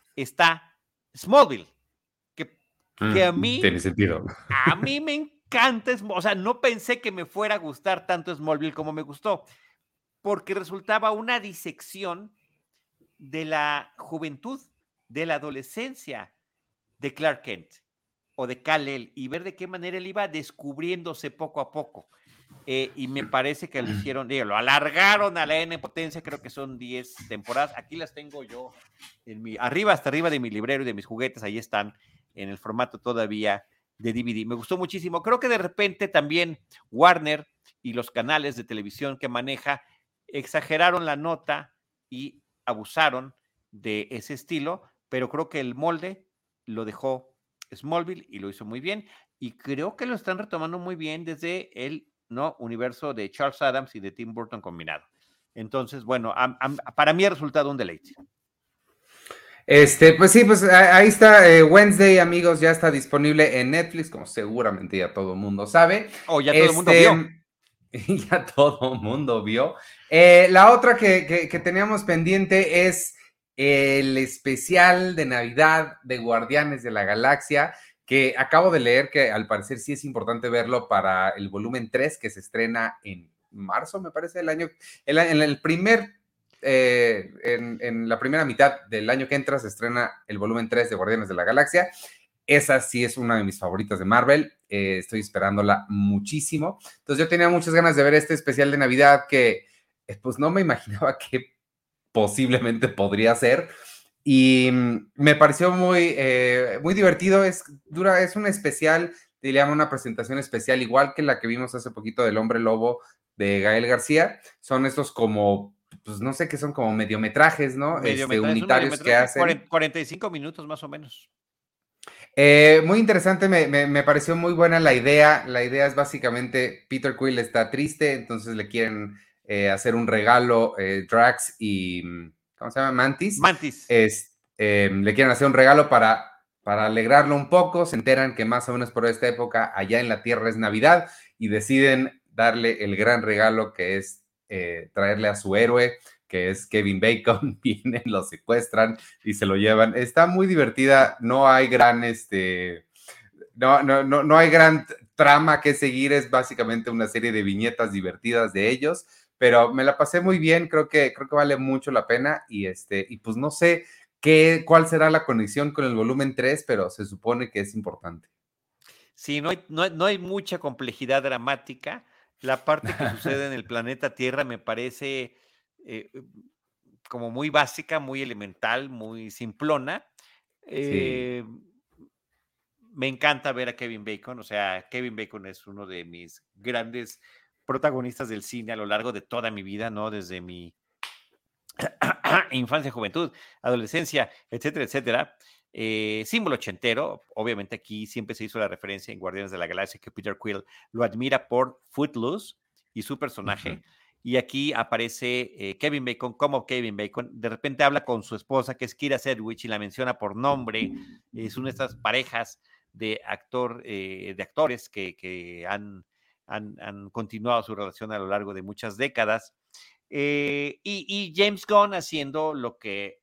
está Smallville, que, mm, que a mí... Tiene sentido. A mí me encanta, o sea, no pensé que me fuera a gustar tanto Smallville como me gustó, porque resultaba una disección de la juventud, de la adolescencia de Clark Kent o de Kal-El, y ver de qué manera él iba descubriéndose poco a poco. Eh, y me parece que lo hicieron, digo, lo alargaron a la N potencia, creo que son diez temporadas. Aquí las tengo yo en mi, arriba, hasta arriba de mi librero y de mis juguetes, ahí están en el formato todavía de D V D. Me gustó muchísimo. Creo que de repente también Warner y los canales de televisión que maneja exageraron la nota y abusaron de ese estilo, pero creo que el molde lo dejó Smallville y lo hizo muy bien, y creo que lo están retomando muy bien desde el ¿no? universo de Charles Adams y de Tim Burton combinado. Entonces, bueno, a, a, para mí ha resultado un deleite. Este, pues sí, pues ahí está eh, Wednesday, amigos, ya está disponible en Netflix, como seguramente ya todo el mundo sabe. Oh, ya este, todo el mundo vio. Ya todo el mundo vio. Eh, la otra que, que, que teníamos pendiente es el especial de Navidad de Guardianes de la Galaxia, que acabo de leer que al parecer sí es importante verlo para el volumen tres que se estrena en marzo, me parece, el año, el, en el primer, eh, en, en la primera mitad del año que entra se estrena el volumen tres de Guardianes de la Galaxia. Esa sí es una de mis favoritas de Marvel, eh, estoy esperándola muchísimo. Entonces yo tenía muchas ganas de ver este especial de Navidad que eh, pues no me imaginaba que posiblemente podría ser. Y me pareció muy, eh, muy divertido. Es, dura, es un especial, diríamos una presentación especial, igual que la que vimos hace poquito del Hombre Lobo de Gael García. Son estos como, pues no sé qué son, como mediometrajes, ¿no? Este, unitarios que hacen. cuarenta y cinco minutos más o menos. Eh, muy interesante, me, me, me pareció muy buena la idea. La idea es básicamente, Peter Quill está triste, entonces le quieren eh, hacer un regalo, eh, Drax y, ¿cómo se llama? Mantis. Mantis. Es, eh, le quieren hacer un regalo para, para alegrarlo un poco, se enteran que más o menos por esta época allá en la Tierra es Navidad y deciden darle el gran regalo que es eh, traerle a su héroe, que es Kevin Bacon. Vienen, lo secuestran y se lo llevan. Está muy divertida, no hay gran, este, no, no, no, no hay gran trama que seguir, es básicamente una serie de viñetas divertidas de ellos, pero me la pasé muy bien, creo que, creo que vale mucho la pena y, este, y pues no sé qué, cuál será la conexión con el volumen tres, pero se supone que es importante. Sí, no hay, no hay, no hay mucha complejidad dramática. La parte que sucede en el planeta Tierra me parece eh, como muy básica, muy elemental, muy simplona. Eh, sí. Me encanta ver a Kevin Bacon, o sea, Kevin Bacon es uno de mis grandes protagonistas del cine a lo largo de toda mi vida, ¿no? Desde mi infancia, juventud, adolescencia, etcétera, etcétera. Eh, símbolo ochentero, obviamente aquí siempre se hizo la referencia en Guardianes de la Galaxia que Peter Quill lo admira por Footloose y su personaje, uh-huh. Y aquí aparece eh, Kevin Bacon como Kevin Bacon, de repente habla con su esposa que es Kira Sedgwick y la menciona por nombre, es una de estas parejas de actor, eh, de actores que, que han, han, han continuado su relación a lo largo de muchas décadas. Eh, y, y James Gunn haciendo lo que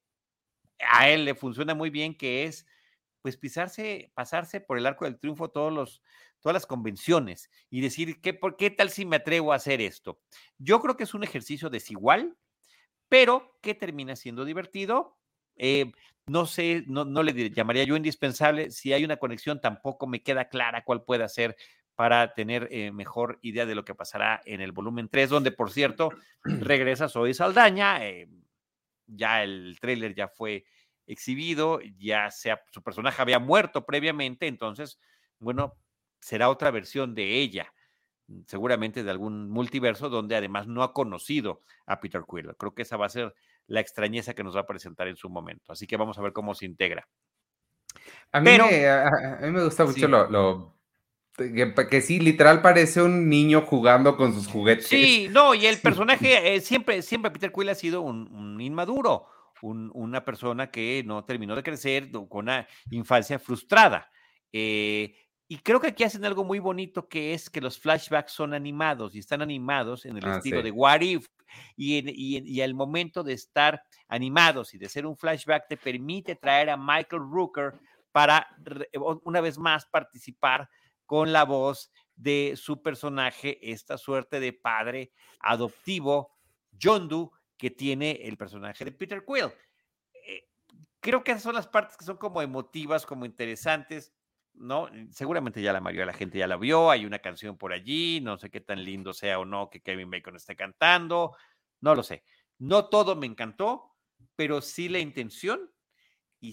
a él le funciona muy bien, que es pues pisarse, pasarse por el arco del triunfo todos los, todas las convenciones y decir, ¿qué, por qué tal si me atrevo a hacer esto? Yo creo que es un ejercicio desigual, pero que termina siendo divertido. Eh, no sé, no, no le llamaría yo indispensable. Si hay una conexión, tampoco me queda clara cuál puede ser para tener eh, mejor idea de lo que pasará en el volumen tres, donde, por cierto, regresa Zoe Saldaña. Eh, ya el tráiler ya fue exhibido, ya sea, su personaje había muerto previamente, entonces, bueno, será otra versión de ella, seguramente de algún multiverso donde además no ha conocido a Peter Quill. Creo que esa va a ser la extrañeza que nos va a presentar en su momento, así que vamos a ver cómo se integra. A mí, Pero, me, a, a mí me gusta mucho sí. lo... lo... Que, que sí, literal parece un niño jugando con sus juguetes. Sí, no, y el personaje, eh, siempre, siempre Peter Quill ha sido un, un inmaduro, un, una persona que no terminó de crecer, con una infancia frustrada. Eh, y creo que aquí hacen algo muy bonito, que es que los flashbacks son animados, y están animados en el ah, estilo sí. de What If, y, en, y, y al momento de estar animados y de ser un flashback te permite traer a Michael Rooker para, una vez más, participar con la voz de su personaje, esta suerte de padre adoptivo, Yondu, que tiene el personaje de Peter Quill. Eh, creo que esas son las partes que son como emotivas, como interesantes, ¿no? Seguramente ya la mayoría de la gente ya la vio, hay una canción por allí, no sé qué tan lindo sea o no que Kevin Bacon esté cantando, no lo sé. No todo me encantó, pero sí la intención y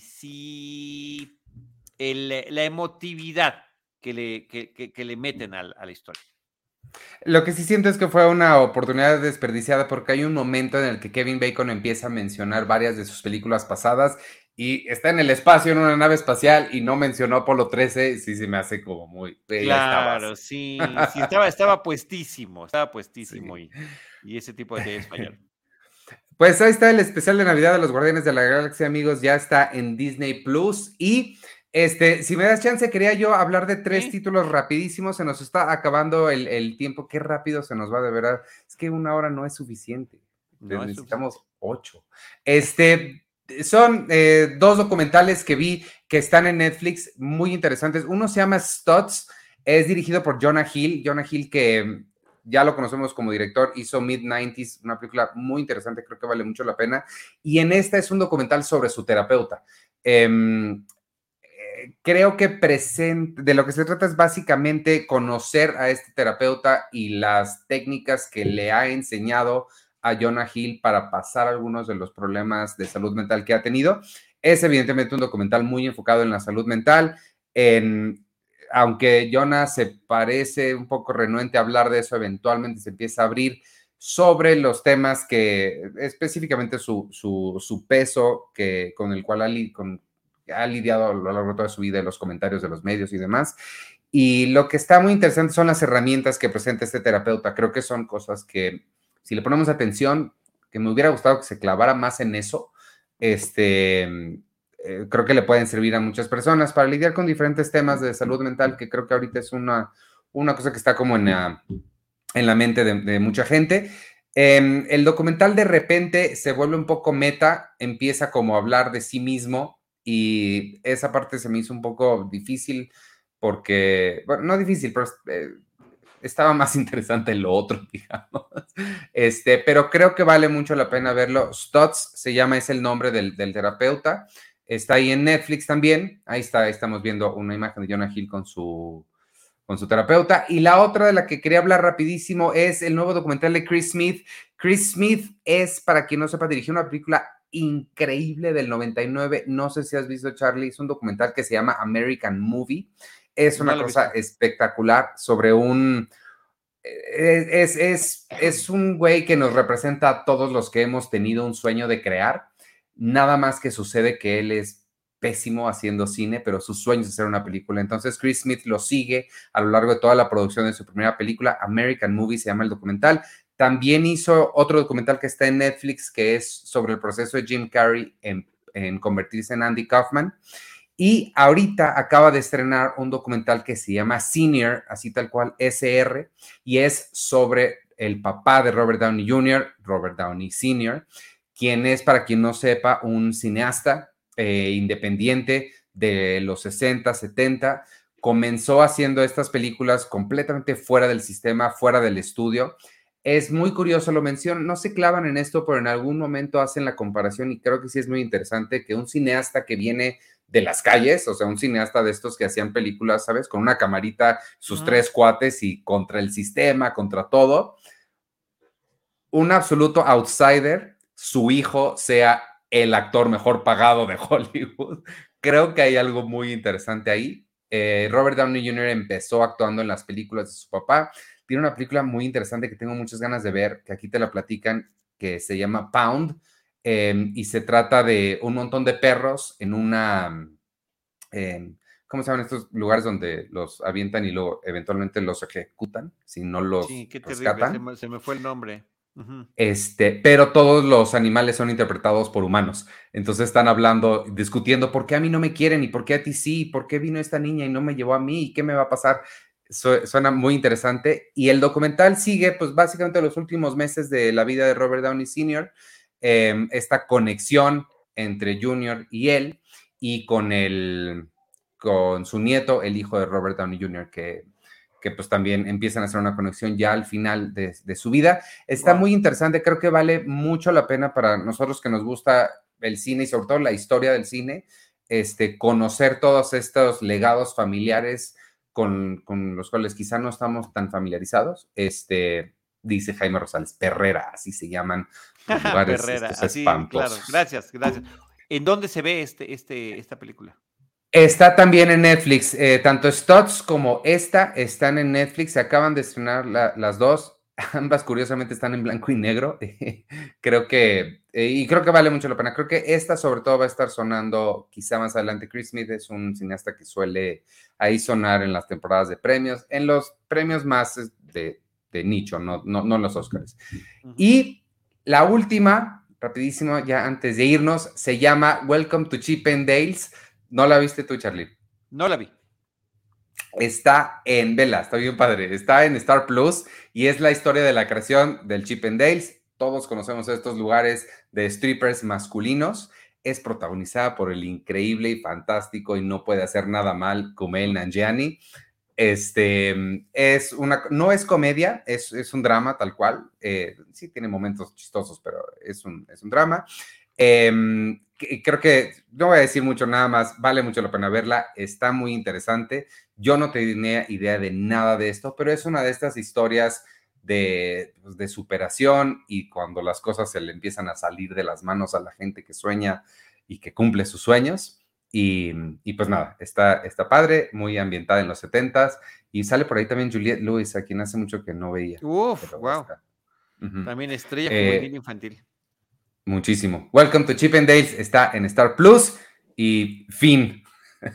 sí el, la emotividad que le, que, que, que le meten a, a la historia. Lo que sí siento es que fue una oportunidad desperdiciada porque hay un momento en el que Kevin Bacon empieza a mencionar varias de sus películas pasadas y está en el espacio en una nave espacial y no mencionó Apolo trece, sí se me hace como muy, eh, ya Claro, estabas. sí, sí, estaba, estaba puestísimo, estaba puestísimo Sí. y, y ese tipo de detalles fallaron. Pues ahí está el especial de Navidad de los Guardianes de la Galaxia, amigos, ya está en Disney Plus. Y este, si me das chance, quería yo hablar de tres Sí, títulos rapidísimos. Se nos está acabando el, el tiempo, qué rápido se nos va, de verdad. Es que una hora no es suficiente. no es suficiente. Necesitamos ocho. Este, son eh, dos documentales que vi que están en Netflix, muy interesantes. Uno se llama Stutz, es dirigido por Jonah Hill. Jonah Hill que ya lo conocemos como director, hizo Mid noventas, una película muy interesante, creo que vale mucho la pena. Y en esta es un documental sobre su terapeuta. Eh, eh, creo que present, de lo que se trata es básicamente conocer a este terapeuta y las técnicas que le ha enseñado a Jonah Hill para pasar algunos de los problemas de salud mental que ha tenido. Es evidentemente un documental muy enfocado en la salud mental, en aunque Jonah se parece un poco renuente a hablar de eso, eventualmente se empieza a abrir sobre los temas que, específicamente su, su, su peso, que, con el cual ha, con, ha lidiado a lo largo de toda su vida, los comentarios de los medios y demás. Y lo que está muy interesante son las herramientas que presenta este terapeuta. Creo que son cosas que, si le ponemos atención, que me hubiera gustado que se clavara más en eso, este... Eh, creo que le pueden servir a muchas personas para lidiar con diferentes temas de salud mental, que creo que ahorita es una, una cosa que está como en la, en la mente de, de mucha gente. Eh, el documental de repente se vuelve un poco meta, empieza como a hablar de sí mismo y esa parte se me hizo un poco difícil porque, bueno, no difícil, pero eh, estaba más interesante lo otro, digamos. Este, pero creo que vale mucho la pena verlo. Stutz se llama, es el nombre del, del terapeuta. Está ahí en Netflix también. Ahí está, ahí estamos viendo una imagen de Jonah Hill con su, con su terapeuta. Y la otra de la que quería hablar rapidísimo es el nuevo documental de Chris Smith. Chris Smith es, para quien no sepa, dirigió una película increíble del noventa y nueve. No sé si has visto, Charlie. Es un documental que se llama American Movie. Es una No cosa espectacular sobre un... Es, es, es un güey que nos representa a todos los que hemos tenido un sueño de crear. Nada más que sucede que él es pésimo haciendo cine, pero su sueño es hacer una película. Entonces Chris Smith lo sigue a lo largo de toda la producción de su primera película, American Movie se llama el documental. También hizo otro documental que está en Netflix, que es sobre el proceso de Jim Carrey en, en convertirse en Andy Kaufman. Y ahorita acaba de estrenar un documental que se llama Senior, así tal cual, S R, y es sobre el papá de Robert Downey junior, Robert Downey senior, quien es, para quien no sepa, un cineasta eh, independiente de los sesenta, setenta. Comenzó haciendo estas películas completamente fuera del sistema, fuera del estudio. Es muy curioso, lo menciono, no se clavan en esto, pero en algún momento hacen la comparación y creo que sí es muy interesante que un cineasta que viene de las calles, o sea, un cineasta de estos que hacían películas, ¿sabes? Con una camarita, sus uh-huh. tres cuates y contra el sistema, contra todo. Un absoluto outsider, su hijo sea el actor mejor pagado de Hollywood. Creo que hay algo muy interesante ahí. Eh, Robert Downey junior empezó actuando en las películas de su papá. Tiene una película muy interesante que tengo muchas ganas de ver, que aquí te la platican, que se llama Pound. Eh, y se trata de un montón de perros en una, eh, ¿cómo se llaman estos lugares donde los avientan y luego eventualmente los ejecutan si no los sí, qué rescatan? terrible, se me, se me fue el nombre. Uh-huh. Este, pero todos los animales son interpretados por humanos. Entonces están hablando, discutiendo por qué a mí no me quieren y por qué a ti sí, por qué vino esta niña y no me llevó a mí y qué me va a pasar. Su, suena muy interesante. Y el documental sigue, pues básicamente los últimos meses de la vida de Robert Downey senior, eh, esta conexión entre Junior y él y con, el, con su nieto, el hijo de Robert Downey junior, que... que pues también empiezan a hacer una conexión ya al final de, de su vida. Está wow. muy interesante, creo que vale mucho la pena para nosotros que nos gusta el cine y sobre todo la historia del cine, este, conocer todos estos legados familiares con, con los cuales quizá no estamos tan familiarizados. Este, dice Jaime Rosales, Perrera, así se llaman los lugares Perrera, estos así, espantosos. Claro, gracias, gracias. ¿En dónde se ve este, este, esta película? Está también en Netflix. Eh, tanto Stutz como esta están en Netflix. Se acaban de estrenar la, las dos. Ambas, curiosamente, están en blanco y negro. creo que, eh, y creo que vale mucho la pena. Creo que esta, sobre todo, va a estar sonando quizá más adelante. Chris Smith es un cineasta que suele ahí sonar en las temporadas de premios, en los premios más de, de nicho, no, no, no los Oscars. Uh-huh. Y la última, rapidísimo, ya antes de irnos, se llama Welcome to Chip 'n Dales. ¿No la viste tú, Charlie? No la vi. Está en Vela, está bien padre. Está en Star Plus y es la historia de la creación del Chip 'n Dales. Todos conocemos estos lugares de strippers masculinos. Es protagonizada por el increíble y fantástico y no puede hacer nada mal Kumail Nanjiani. Este es una, no es comedia, es, es un drama tal cual. Eh, sí tiene momentos chistosos, pero es un, es un drama. Eh, creo que no voy a decir mucho nada más, vale mucho la pena verla, está muy interesante. Yo no tenía idea de nada de esto, pero es una de estas historias de, pues, de superación y cuando las cosas se le empiezan a salir de las manos a la gente que sueña y que cumple sus sueños. Y, y pues nada, está, está padre, muy ambientada en los setentas y sale por ahí también Juliette Lewis, a quien hace mucho que no veía. Uf, wow. Uh-huh. También estrella juvenil eh, infantil. Muchísimo. Welcome to Chip 'n Dales está en Star Plus y fin.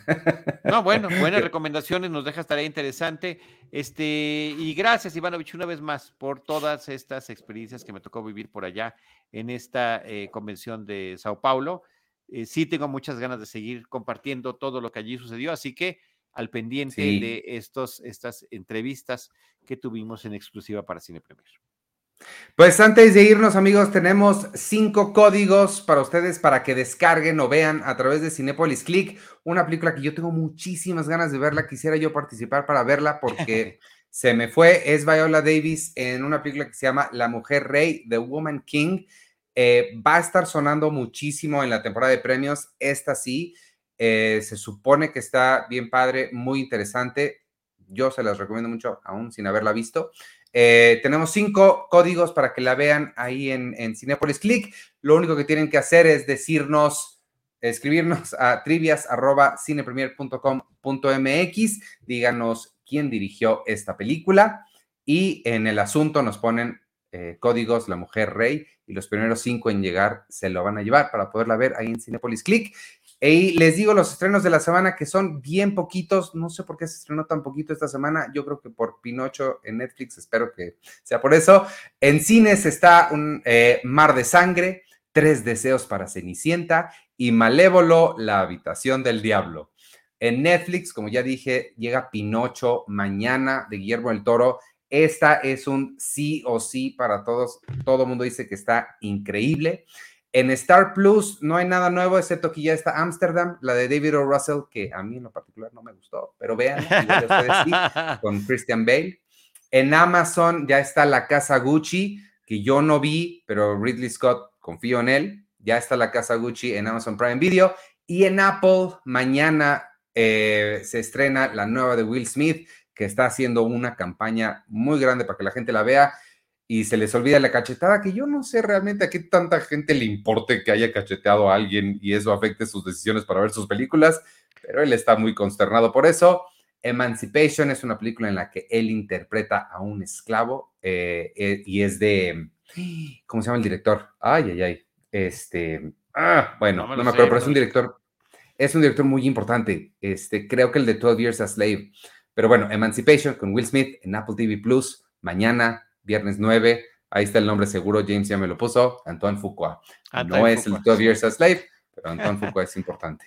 No, bueno, buenas recomendaciones, nos deja tarea interesante. Este, y gracias, Ivanovich, una vez más por todas estas experiencias que me tocó vivir por allá en esta eh, convención de Sao Paulo. Eh, sí tengo muchas ganas de seguir compartiendo todo lo que allí sucedió, así que al pendiente sí. de estos, estas entrevistas que tuvimos en exclusiva para Cine Premier. Pues antes de irnos, amigos, tenemos cinco códigos para ustedes para que descarguen o vean a través de Cinépolis Click, una película que yo tengo muchísimas ganas de verla, quisiera yo participar para verla porque se me fue, es Viola Davis en una película que se llama La Mujer Rey, The Woman King. Eh, va a estar sonando muchísimo en la temporada de premios, esta sí, eh, se supone que está bien padre, muy interesante, yo se las recomiendo mucho aún sin haberla visto. Eh, tenemos cinco códigos para que la vean ahí en, en Cinépolis Click, lo único que tienen que hacer es decirnos, escribirnos a trivias arroba cinepremier punto com punto mx, díganos quién dirigió esta película y en el asunto nos ponen eh, códigos La Mujer Rey y los primeros cinco en llegar se lo van a llevar para poderla ver ahí en Cinépolis Click. Y les digo los estrenos de la semana que son bien poquitos, no sé por qué se estrenó tan poquito esta semana, yo creo que por Pinocho en Netflix, espero que sea por eso. En cines está un eh, Mar de Sangre, Tres Deseos para Cenicienta y Malévolo, La Habitación del Diablo. En Netflix, como ya dije, llega Pinocho mañana de Guillermo del Toro. Esta es un sí o sí para todos, todo el mundo dice que está increíble. En Star Plus no hay nada nuevo, excepto que ya está Amsterdam, la de David O. Russell, que a mí en lo particular no me gustó, pero vean, igual ustedes sí, con Christian Bale. En Amazon ya está La Casa Gucci, que yo no vi, pero Ridley Scott, confío en él. Ya está La Casa Gucci en Amazon Prime Video. Y en Apple, mañana eh, se estrena la nueva de Will Smith, que está haciendo una campaña muy grande para que la gente la vea. Y se les olvida la cachetada, que yo no sé realmente a qué tanta gente le importe que haya cacheteado a alguien y eso afecte sus decisiones para ver sus películas, pero él está muy consternado por eso. Emancipation es una película en la que él interpreta a un esclavo eh, eh, y es de, ¿cómo se llama el director? Ay, ay, ay, este, ah, bueno, no me, no me acuerdo, pero es un director, es un director muy importante, este, creo que el de twelve Years a Slave, pero bueno, Emancipation con Will Smith en Apple T V Plus, mañana, viernes nueve, ahí está el nombre seguro, James ya me lo puso, Antoine Fuqua. Antoine no Fuqua, es el twelve Years a Slave, pero Antoine Fuqua es importante.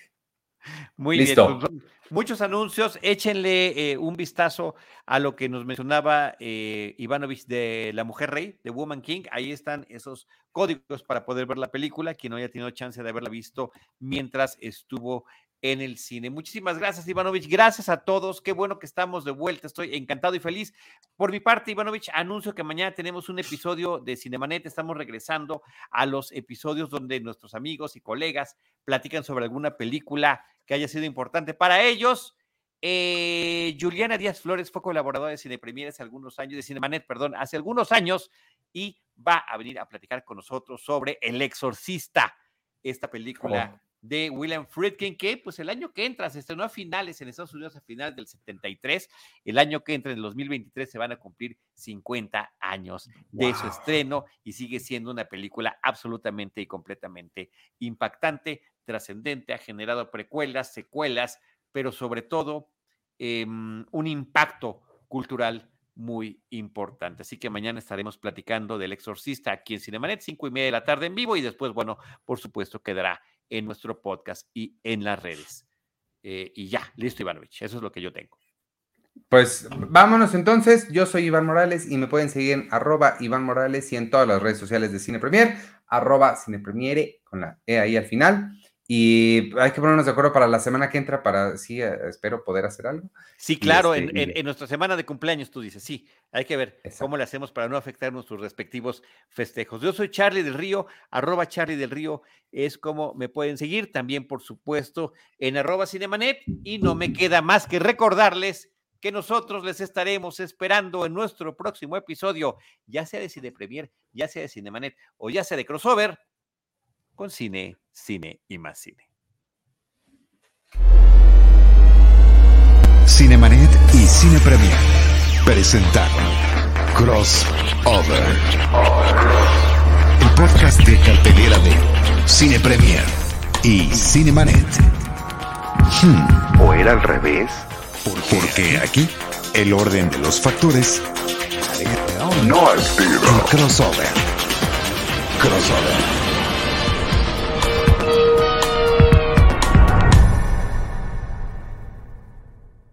Muy Listo. bien, pues, muchos anuncios, échenle eh, un vistazo a lo que nos mencionaba eh, Ivanovich de La Mujer Rey, de Woman King, ahí están esos códigos para poder ver la película, quien no haya tenido chance de haberla visto mientras estuvo en el cine. Muchísimas gracias, Ivanovich, gracias a todos, qué bueno que estamos de vuelta, estoy encantado y feliz. Por mi parte, Ivanovich, anuncio que mañana tenemos un episodio de Cinemanet, estamos regresando a los episodios donde nuestros amigos y colegas platican sobre alguna película que haya sido importante para ellos. Eh, Juliana Díaz Flores fue colaboradora de Cine Premier hace algunos años, de Cinemanet, perdón, hace algunos años, y va a venir a platicar con nosotros sobre El Exorcista, esta película oh. de William Friedkin, que pues el año que entra se estrenó a finales en Estados Unidos, a finales del setenta y tres. El año que entra, en el dos mil veintitrés, se van a cumplir cincuenta años de wow. su estreno, y sigue siendo una película absolutamente y completamente impactante, trascendente, ha generado precuelas, secuelas, pero sobre todo eh, un impacto cultural muy importante. Así que mañana estaremos platicando del Exorcista aquí en Cinemanet, cinco y media de la tarde en vivo, y después, bueno, por supuesto, quedará en nuestro podcast y en las redes. Eh, y ya, listo, Ivanovich, eso es lo que yo tengo. Pues vámonos entonces. Yo soy Iván Morales y me pueden seguir en arroba Iván Morales y en todas las redes sociales de Cine Premier, arroba Cine Premiere con la E ahí al final. Y hay que ponernos de acuerdo para la semana que entra para, sí, espero poder hacer algo. Sí, claro, este, en, en, en nuestra semana de cumpleaños tú dices, sí, hay que ver exacto. cómo le hacemos para no afectar nuestros respectivos festejos. Yo soy Charlie del Río, arroba Charlie del Río es como me pueden seguir, también por supuesto en arroba Cinemanet, y no me queda más que recordarles que nosotros les estaremos esperando en nuestro próximo episodio, ya sea de Cine Premier, ya sea de Cinemanet o ya sea de Crossover, con cine, cine y más cine. Cinemanet y Cine Premier presentaron Crossover, el podcast de cartelera de Cine Premier y Cinemanet. Hmm. ¿O era al revés? Porque aquí el orden de los factores no altera. Crossover. Crossover.